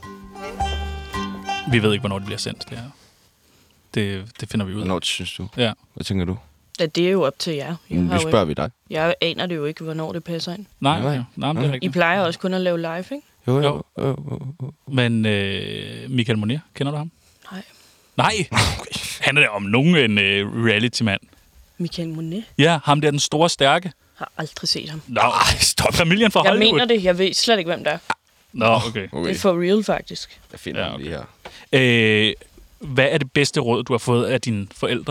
Vi ved ikke, hvornår det bliver sendt, det her. Det finder vi ud af. Hvornår synes du? Ja. Hvad tænker du? Ja, det er jo op til jer. Nu spørger vi dig. Jeg aner det jo ikke, hvornår det passer ind. Nej, men det er rigtigt. I plejer også kun at lave live, ikke? Jo. Men Michael Monet, kender du ham? Nej. Nej! Han er da om nogen en reality-mand. Michael Monet? Ja, ham der den store stærke. Har aldrig set ham. Nå, stop. Familien fra Hollywood. Jeg mener det. Jeg ved slet ikke, hvem der er. Nå, okay. Det er for real, faktisk. Jeg finder ham lige her. Hvad er det bedste råd, du har fået af dine forældre?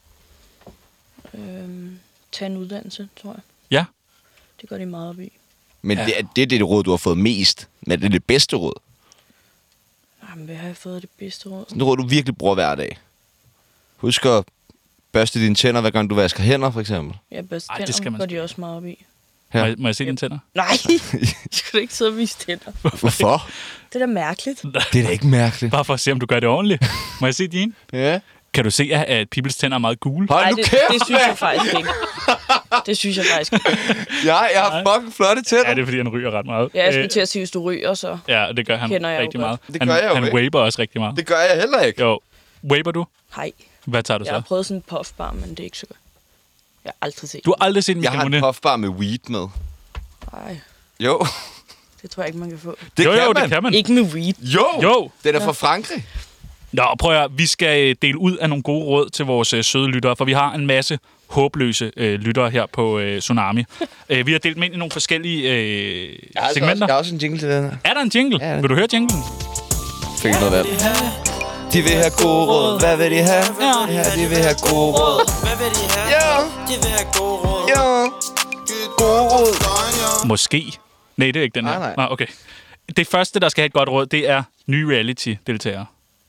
Tag en uddannelse, tror jeg. Ja? Det går de meget op i. Men det er det råd, du har fået mest. Men det er det bedste råd. Jamen, hvad har jeg fået det bedste råd? Sådan et råd, du virkelig bruger hver dag. Husk at børste dine tænder, hver gang du vasker hænder, for eksempel. Ja, børste tænder går de også meget op i. Ja. Må jeg se dine tænder? Nej, skal du ikke sidde og vise tænder? Hvorfor? Det er da mærkeligt. Det er da ikke mærkeligt. Bare for at se, om du gør det ordentligt. Må jeg se dine? Ja. Kan du se, at Peoples tænder er meget gule? Hold nu kæft, det synes jeg faktisk ikke. Det synes jeg faktisk ikke. Ja, jeg har fucking flotte tænder. Ja, det er, fordi han ryger ret meget. Ja, jeg skulle til at sige, hvis du ryger, så ja, det gør han jeg rigtig meget. Det gør jeg jo han ikke. waber også rigtig meget. Det gør jeg heller ikke. Jo. Waber du? hej. Hvad tager du så? Jeg har prøvet sådan en puffbar, men det er ikke så godt. Jeg har aldrig set Du har aldrig set en Jeg har Michael en Monet? puffbar med weed med. Nej, Jo. det tror jeg ikke, man kan få. Det Jo, kan jo, man. det kan man. Ikke med weed. Jo. Den er fra Frankrig. Nå, prøv at høre. Vi skal dele ud af nogle gode råd til vores søde lyttere, for vi har en masse håbløse lyttere her på Tsunami. Vi har delt dem ind i nogle forskellige segmenter. Jeg har også en jingle til den her. Er der en jingle? Ja. Vil du høre jinglen? Fik noget vand. De vil have gode råd. Hvad vil de have? Ja, de vil have gode råd. Hvad vil de have? Ja. De vil have gode råd. Ja. Gode råd. Måske. Nej, det er ikke den her. Nej. Ah, okay. Det første, der skal have et godt råd, det er nye reality-deltagere.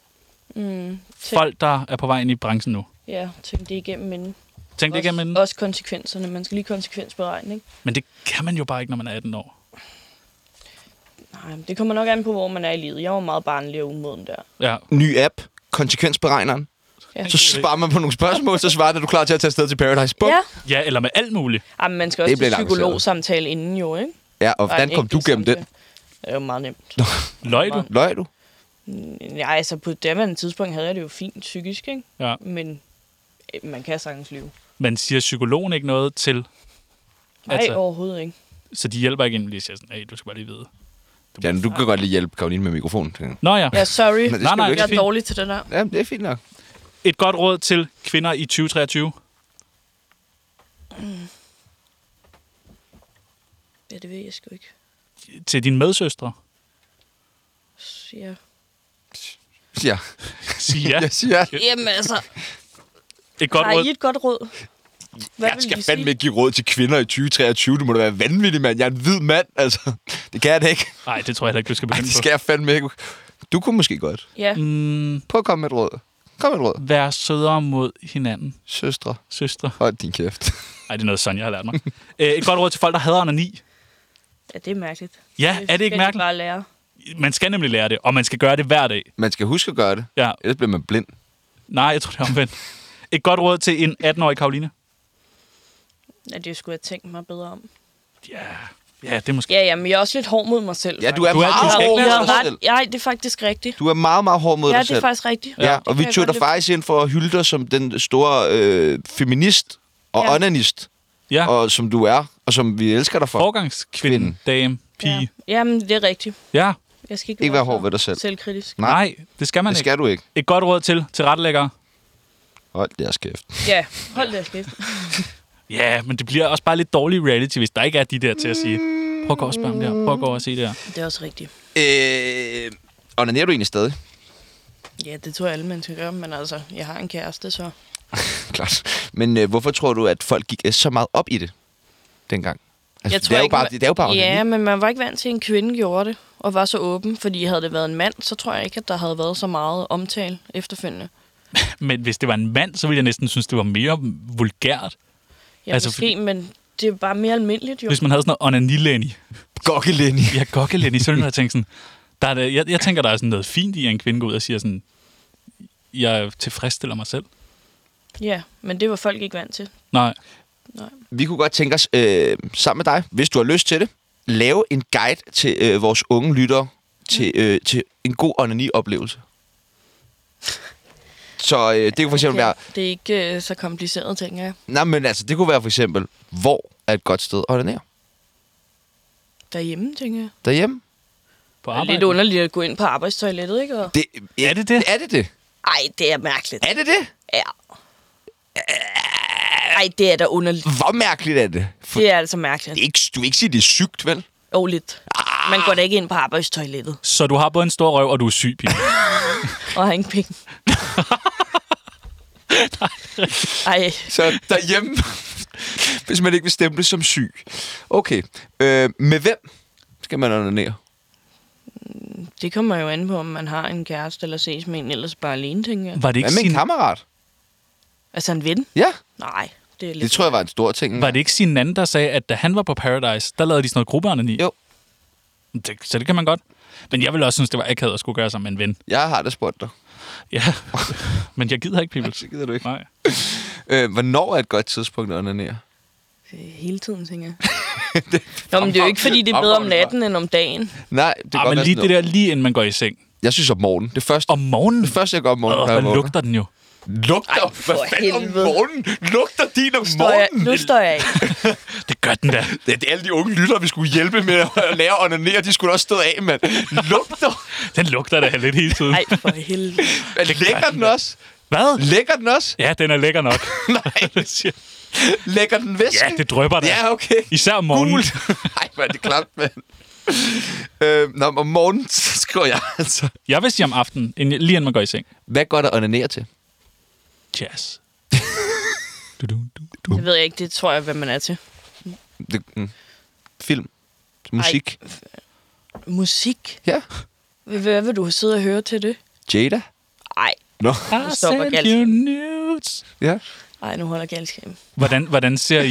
Folk, der er på vej ind i branchen nu. Ja, tænk det igennem inden. Tænk det igennem inden. Også konsekvenserne. Man skal lige konsekvensberegne, ikke? Men det kan man jo bare ikke, når man er 18 år. Nej, det kommer nok an på, hvor man er i livet. Jeg var meget barnlig og umoden der. Ja. Ny app. Konsekvensberegneren. Ja. Så svarer man på nogle spørgsmål, så svarer du klar til at tage afsted til Paradise. Bum. Ja. Ja, eller med alt muligt. Jamen, man skal Det også bliver til lanceret. psykologsamtale inden jo, ikke? Ja, og hvordan en kom du enkelt gennem den? samtale. Det er jo meget nemt. Løg du? Løg du? Ja, altså på det tidspunkt havde jeg det jo fint psykisk, ikke? Ja. Men man kan sagtens lyve. Men siger psykologen ikke noget til? Nej, overhovedet ikke. Så de hjælper ikke ind lige siger sådan, hey, du skal bare lige vide. Ja, du kan godt lige hjælpe Karoline med mikrofonen. Nå ja. Ja, sorry. Men det skal Nej, du ikke. Jeg er dårlig til det der. Ja, det er fint nok. Et godt råd til kvinder i 2023. Ja, det ved jeg sgu ikke. Til dine medsøstre. Ja. Ja. Sig ja. Jeg siger, Jamen altså, Et godt har råd. I et godt råd? Hvad jeg vil skal I fandme sige? ikke give råd til kvinder i 2023. Du må da være vanvittig, mand. Jeg er en hvid mand, altså. Det kan jeg da ikke. Nej, det tror jeg heller ikke, du skal Ej, begynde det på. skal jeg fandme ikke. Du kunne måske godt. Ja, Prøv at komme med et råd. Kom med et råd. Vær sødere mod hinanden. Søstre. Søstre. Hold din kæft. Nej, det er noget, Sonja har lært mig. Et godt råd til folk, der hader onani. ja, det er mærkeligt. Ja, er det ikke skal de mærkeligt? bare lære. Man skal nemlig lære det, og man skal gøre det hver dag. Man skal huske at gøre det. Ja. Ellers bliver man blind. Nej, jeg tror, det er omvendt. Et godt råd til en 18-årig Karoline? Ja, det skulle jeg tænke mig bedre om. Ja, det er måske... Ja, men jeg er også lidt hård mod mig selv. Ja, du er meget hård mod dig selv. Ja, det er faktisk rigtigt. Du er meget, meget hård mod dig selv. Ja, det er faktisk rigtigt. Ja, og vi tog dig faktisk ind for at hylde dig som den store feminist og onanist, og som du er, og som vi elsker dig for. Forgangskvinde, dame, pige. Ja. Jamen, det er rigtigt. Ja. Jeg skal ikke være hård ved dig selv. Selvkritisk. Nej, det skal man ikke. Det skal du ikke. Et godt råd til rettelæggere. Hold deres kæft. Ja, hold deres kæft. Ja, men det bliver også bare lidt dårlig reality, hvis der ikke er de der til at sige, prøv at gå og spørge om det her, prøv at gå og se det her. Det er også rigtigt. Onanerer du egentlig stadig? Ja, det tror jeg alle mennesker gør, men altså, jeg har en kæreste, så... Klart. Men hvorfor tror du, at folk gik så meget op i det dengang? Altså, Jeg tror det er jo bare onani. Ja, men man var ikke vant til, at en kvinde gjorde det, og var så åben. Fordi havde det været en mand, så tror jeg ikke, at der havde været så meget omtale efterfølgende. Men hvis det var en mand, så ville jeg næsten synes, det var mere vulgært. Ja, altså, måske, men det er bare mere almindeligt, jo. Hvis man havde sådan noget onani-Lenny. Gokke-Lenny. Ja, Gokke-Lenny. Så ville jeg tænke sådan... Jeg tænker, der er sådan noget fint i, at en kvinde går ud og siger sådan... Jeg tilfredsstiller mig selv. Ja, men det var folk ikke vant til. Nej. Vi kunne godt tænke os, sammen med dig, hvis du har lyst til det, lave en guide til vores unge lyttere til en god onani-oplevelse. Så det kunne for eksempel være... Det er ikke så kompliceret, tænker jeg. Nej, men altså, det kunne være for eksempel, hvor er et godt sted at onanere? Derhjemme, tænker jeg. Derhjemme? På arbejde? Det er lidt underligt at gå ind på arbejdstoilettet, ikke? Og... Er det det? Er det det? Ej, det er mærkeligt. Er det det? Ja. Ej, det er da underligt. Hvor mærkeligt er det? Det er altså mærkeligt. Du vil ikke sige, det er sygt, vel? Jo, lidt. Man går da ikke ind på arbejdstoilettet. Så du har både en stor røv, og du er syg, Pille. Og har ingen penge. Ej. Så derhjemme, hvis man ikke vil stemple som syg. Okay. Med hvem skal man onanere? Det kommer jo an på, om man har en kæreste eller ses med en, ellers bare alene, tænker jeg. Var det ikke hvad med en kammerat? Altså en ven? Ja. Nej, det er lidt... Det tror jeg var en stor ting. Var det ikke sin anden, der sagde, at da han var på Paradise, der lavede de sådan noget gruppeonani? Jo. Så det kan man godt. Men jeg ville også synes, det var akavet at skulle gøre sig med en ven. Jeg har da spurgt dig. Ja, men jeg gider ikke, Pibels. Det gider du ikke. Nej. Hvornår er et godt tidspunkt at onanere? Hele tiden, tænker jeg. Nå, men det er jo ikke, fordi det er bedre om natten end om dagen. Nej, det er men lige det der, lige inden man går i seng. Jeg synes om morgenen. Det første. Om morgenen? Det første, jeg går om morgenen. Og lugter den jo. Lugter? Hvad fanden om morgenen? Lugter din om morgenen? Nu står jeg ikke. Det gør den da. Det er alle de unge lyttere, vi skulle hjælpe med at lære at onanere. De skulle også stå af, mand. Lugter? Den lugter da lidt hele tiden. Nej, for helvede. Lækker den også? Hvad? Lækker den også? Ja, den er lækker nok. Nej. Lækker den væsken? Ja, det drøber da. Ja, okay. Især om morgenen. Nej, hvor er det klamt, mand. Om morgenen, så skriver jeg altså. Jeg vil sige om aftenen, lige inden man går i seng. Hvad går der at onanere til? Jazz. Det ved jeg ikke, det tror jeg, hvad man er til. Film. Musik. Ej, musik? Ja. Hvad vil du sidde og høre til det? Jada? Ej. Nå. Nu stopper galskaben. Ja. Ej, nu holder galskaben. Hvordan ser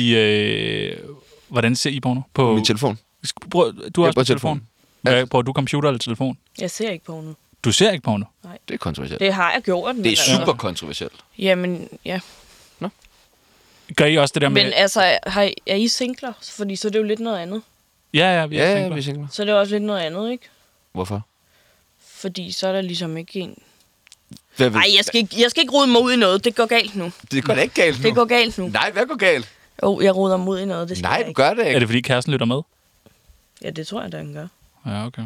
I porno? På min telefon. Du har også telefon. Bruger du computer eller telefon? Jeg ser ikke porno. Du ser ikke porno? Nej. Det er kontroversielt. Det har jeg gjort. Det er super kontroversielt. Jamen, ja. Nå. Gør I også det der med... Men altså, er I singler? Fordi så er det jo lidt noget andet. Ja, vi er singler. Vi er singler. Så er det også lidt noget andet, ikke? Hvorfor? Fordi så er der ligesom ikke en... Nej, jeg skal ikke rode mig ud i noget. Det går galt nu. Det går da ikke galt nu. Det går galt nu. Nej, hvad går galt? Jeg roder mig ud i noget. Det skal Nej, du gør det ikke. Er det, fordi kæresten lytter med? Ja, det tror jeg, den gør. Ja, okay.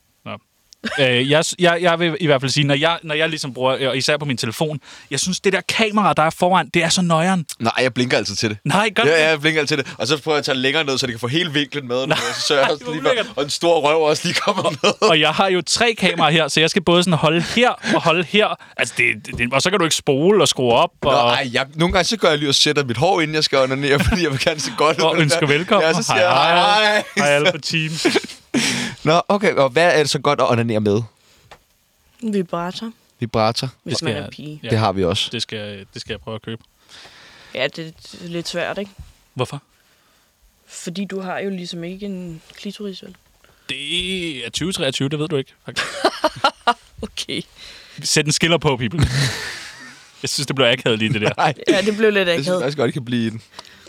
Jeg vil i hvert fald sige, når jeg ligesom bruger, især på min telefon, jeg synes, det der kamera, der er foran, det er så nøjeren. Nej, jeg blinker altid til det. Nej, gør det? Ja, jeg blinker altid til det. Og så prøver jeg at tage længere ned, så det kan få hele vinklen med. Så sørger jeg lige for, og en stor røv også lige kommer med. Og jeg har jo 3 kameraer her, så jeg skal både sådan holde her og holde her. Altså, og så kan du ikke spole og skrue op. Nej, nogle gange så gør jeg lige og sætter mit hår, inden jeg skal onanere, fordi jeg vil gerne se godt ud. Og ønsker velkommen. Ja, så siger jeg hej alle på team. Nå, okay. Og hvad er det så godt at onanere med? Vibrator. Vibrator? Hvis man er pige. Ja, det har vi også. Det skal jeg prøve at købe. Ja, det er lidt svært, ikke? Hvorfor? Fordi du har jo ligesom ikke en klitoris, vel? Det er 2023, det ved du ikke, faktisk. Okay. Sæt en skiller på, people. Jeg synes, det blev akavet lige, det der. Nej, Ja, det blev lidt jeg synes akavet. faktisk godt, det kan blive i den.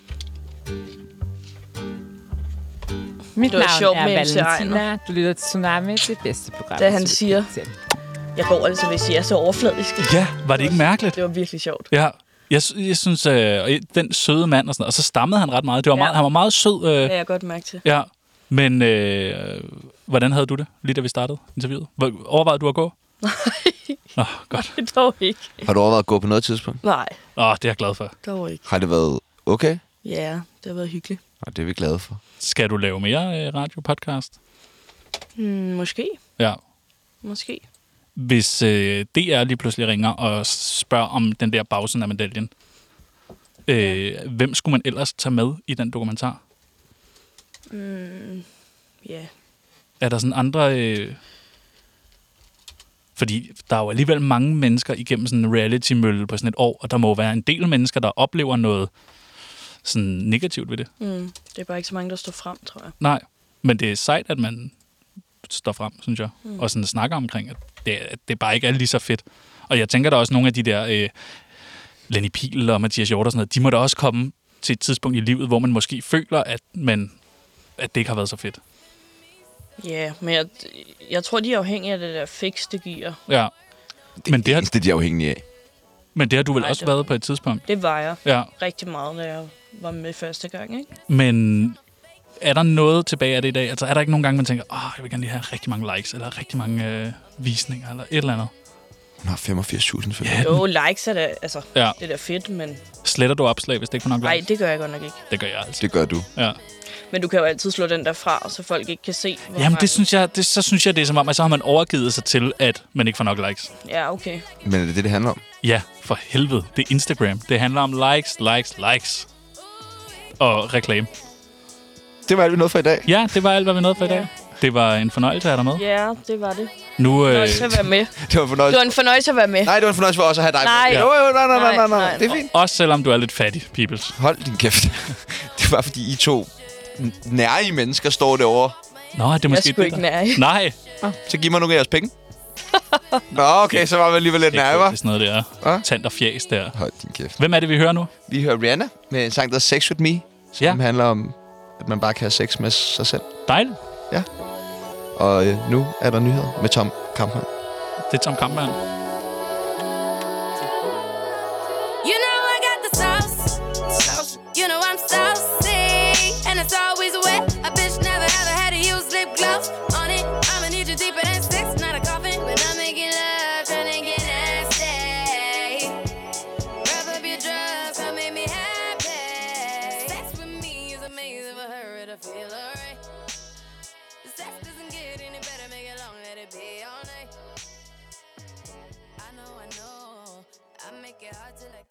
Mit Det var navn sjovt er med MC Valentina. Du lytter til Tsunami, det bedste program. Da han du siger- kan til. Jeg går altså, hvis I er så overfladiske. Ja, var det ikke mærkeligt? Det var virkelig sjovt. Ja, jeg synes, den søde mand og sådan noget, og så stammede han ret meget. Det var meget, han var meget sød. Det har jeg godt mærke til. Ja, men hvordan havde du det, lige da vi startede interviewet? Overvejede du at gå? Nej. Godt. Det dog ikke. Har du overvejet at gå på noget tidspunkt? Nej, Det er jeg glad for. dog ikke. Har det været okay? Ja, det har været hyggeligt. Og det er vi glade for. Skal du lave mere radio-podcast? Måske. Ja. Måske. Hvis DR lige pludselig ringer og spørger om den der bagsiden af medaljen, hvem skulle man ellers tage med i den dokumentar? Ja. Er der sådan andre... Fordi der er jo alligevel mange mennesker igennem sådan en reality-mølle på sådan et år, og der må være en del mennesker, der oplever noget sådan negativt ved det. Det er bare ikke så mange, der står frem, tror jeg. Nej, men det er sejt, at man står frem, synes jeg, og sådan snakker omkring, at det bare ikke er lige så fedt. Og jeg tænker, der er også nogle af de der Lenny Pihl og Mathias Hjort og sådan noget, de må da også komme til et tidspunkt i livet, hvor man måske føler, at det ikke har været så fedt. Ja, men jeg tror, de er afhængige af det der fix, det giver. Ja. Men det er de afhængige af. Men det har du vel Nej, også det- været på et tidspunkt? Det var jeg Ja. rigtig meget, da jeg var med første gang, ikke? Men er der noget tilbage af det i dag? Altså er der ikke nogen gange, man tænker, jeg vil gerne lige have rigtig mange likes, eller rigtig mange visninger, eller et eller andet? Hun har 85.000 følgere. Jo, likes er da, altså, Ja. det er da fedt, men Sletter du opslag, hvis det ikke får nok nej, likes? det gør jeg godt nok ikke. Det gør jeg altså. Det gør du. Ja. Men du kan jo altid slå den der fra, så folk ikke kan se, hvor Jamen, mange... det synes jeg, så synes jeg, det er som om, at så har man overgivet sig til, at man ikke får nok likes. Ja, okay. Men er det det handler om? Ja, for helvede. Det er Instagram. Det handler om likes. Og reklame. Det var alt, vi nåede for i dag. Ja, det var alt, hvad vi nåede for i dag. Det var en fornøjelse at have dig med. Ja, det var det. Nu, Fornøjelse at være med. Det var en fornøjelse. Det var en fornøjelse at være med. Nej, det var en fornøjelse for os at have dig. Nej. med. Jo, nej. Nej. Det er fint. også selvom du er lidt fattig, peoples. Hold din kæft. Det var, fordi I to nærige mennesker står derovre. Nå, det er Jeg måske skulle ikke nære. Nej. Så giv mig nogle af jeres penge. Nå, okay, så var vi alligevel lidt Det nær, er hva'? sådan noget der. Hva? Tand og fjæs der. Hold din kæft. Hvem er det, vi hører nu? Vi hører Rihanna med en sang, der hedder Sex With Me, som handler om, at man bare kan have sex med sig selv. Dejligt. Ja. Og nu er der nyheder med Tom Kampmann. Det er Tom Kampmann. You know I got the sauce. You know I'm saucy, and it's always wet. A bitch never ever had to use lip gloss on it. I'ma need you deeper than sex, not a coffin. When I'm making love, tryna get nasty. Wrap up your drugs, come make me happy. Sex with me is amazing for her to feel alright. The sex doesn't get any better, make it long, let it be all night. I know, I make it hard to let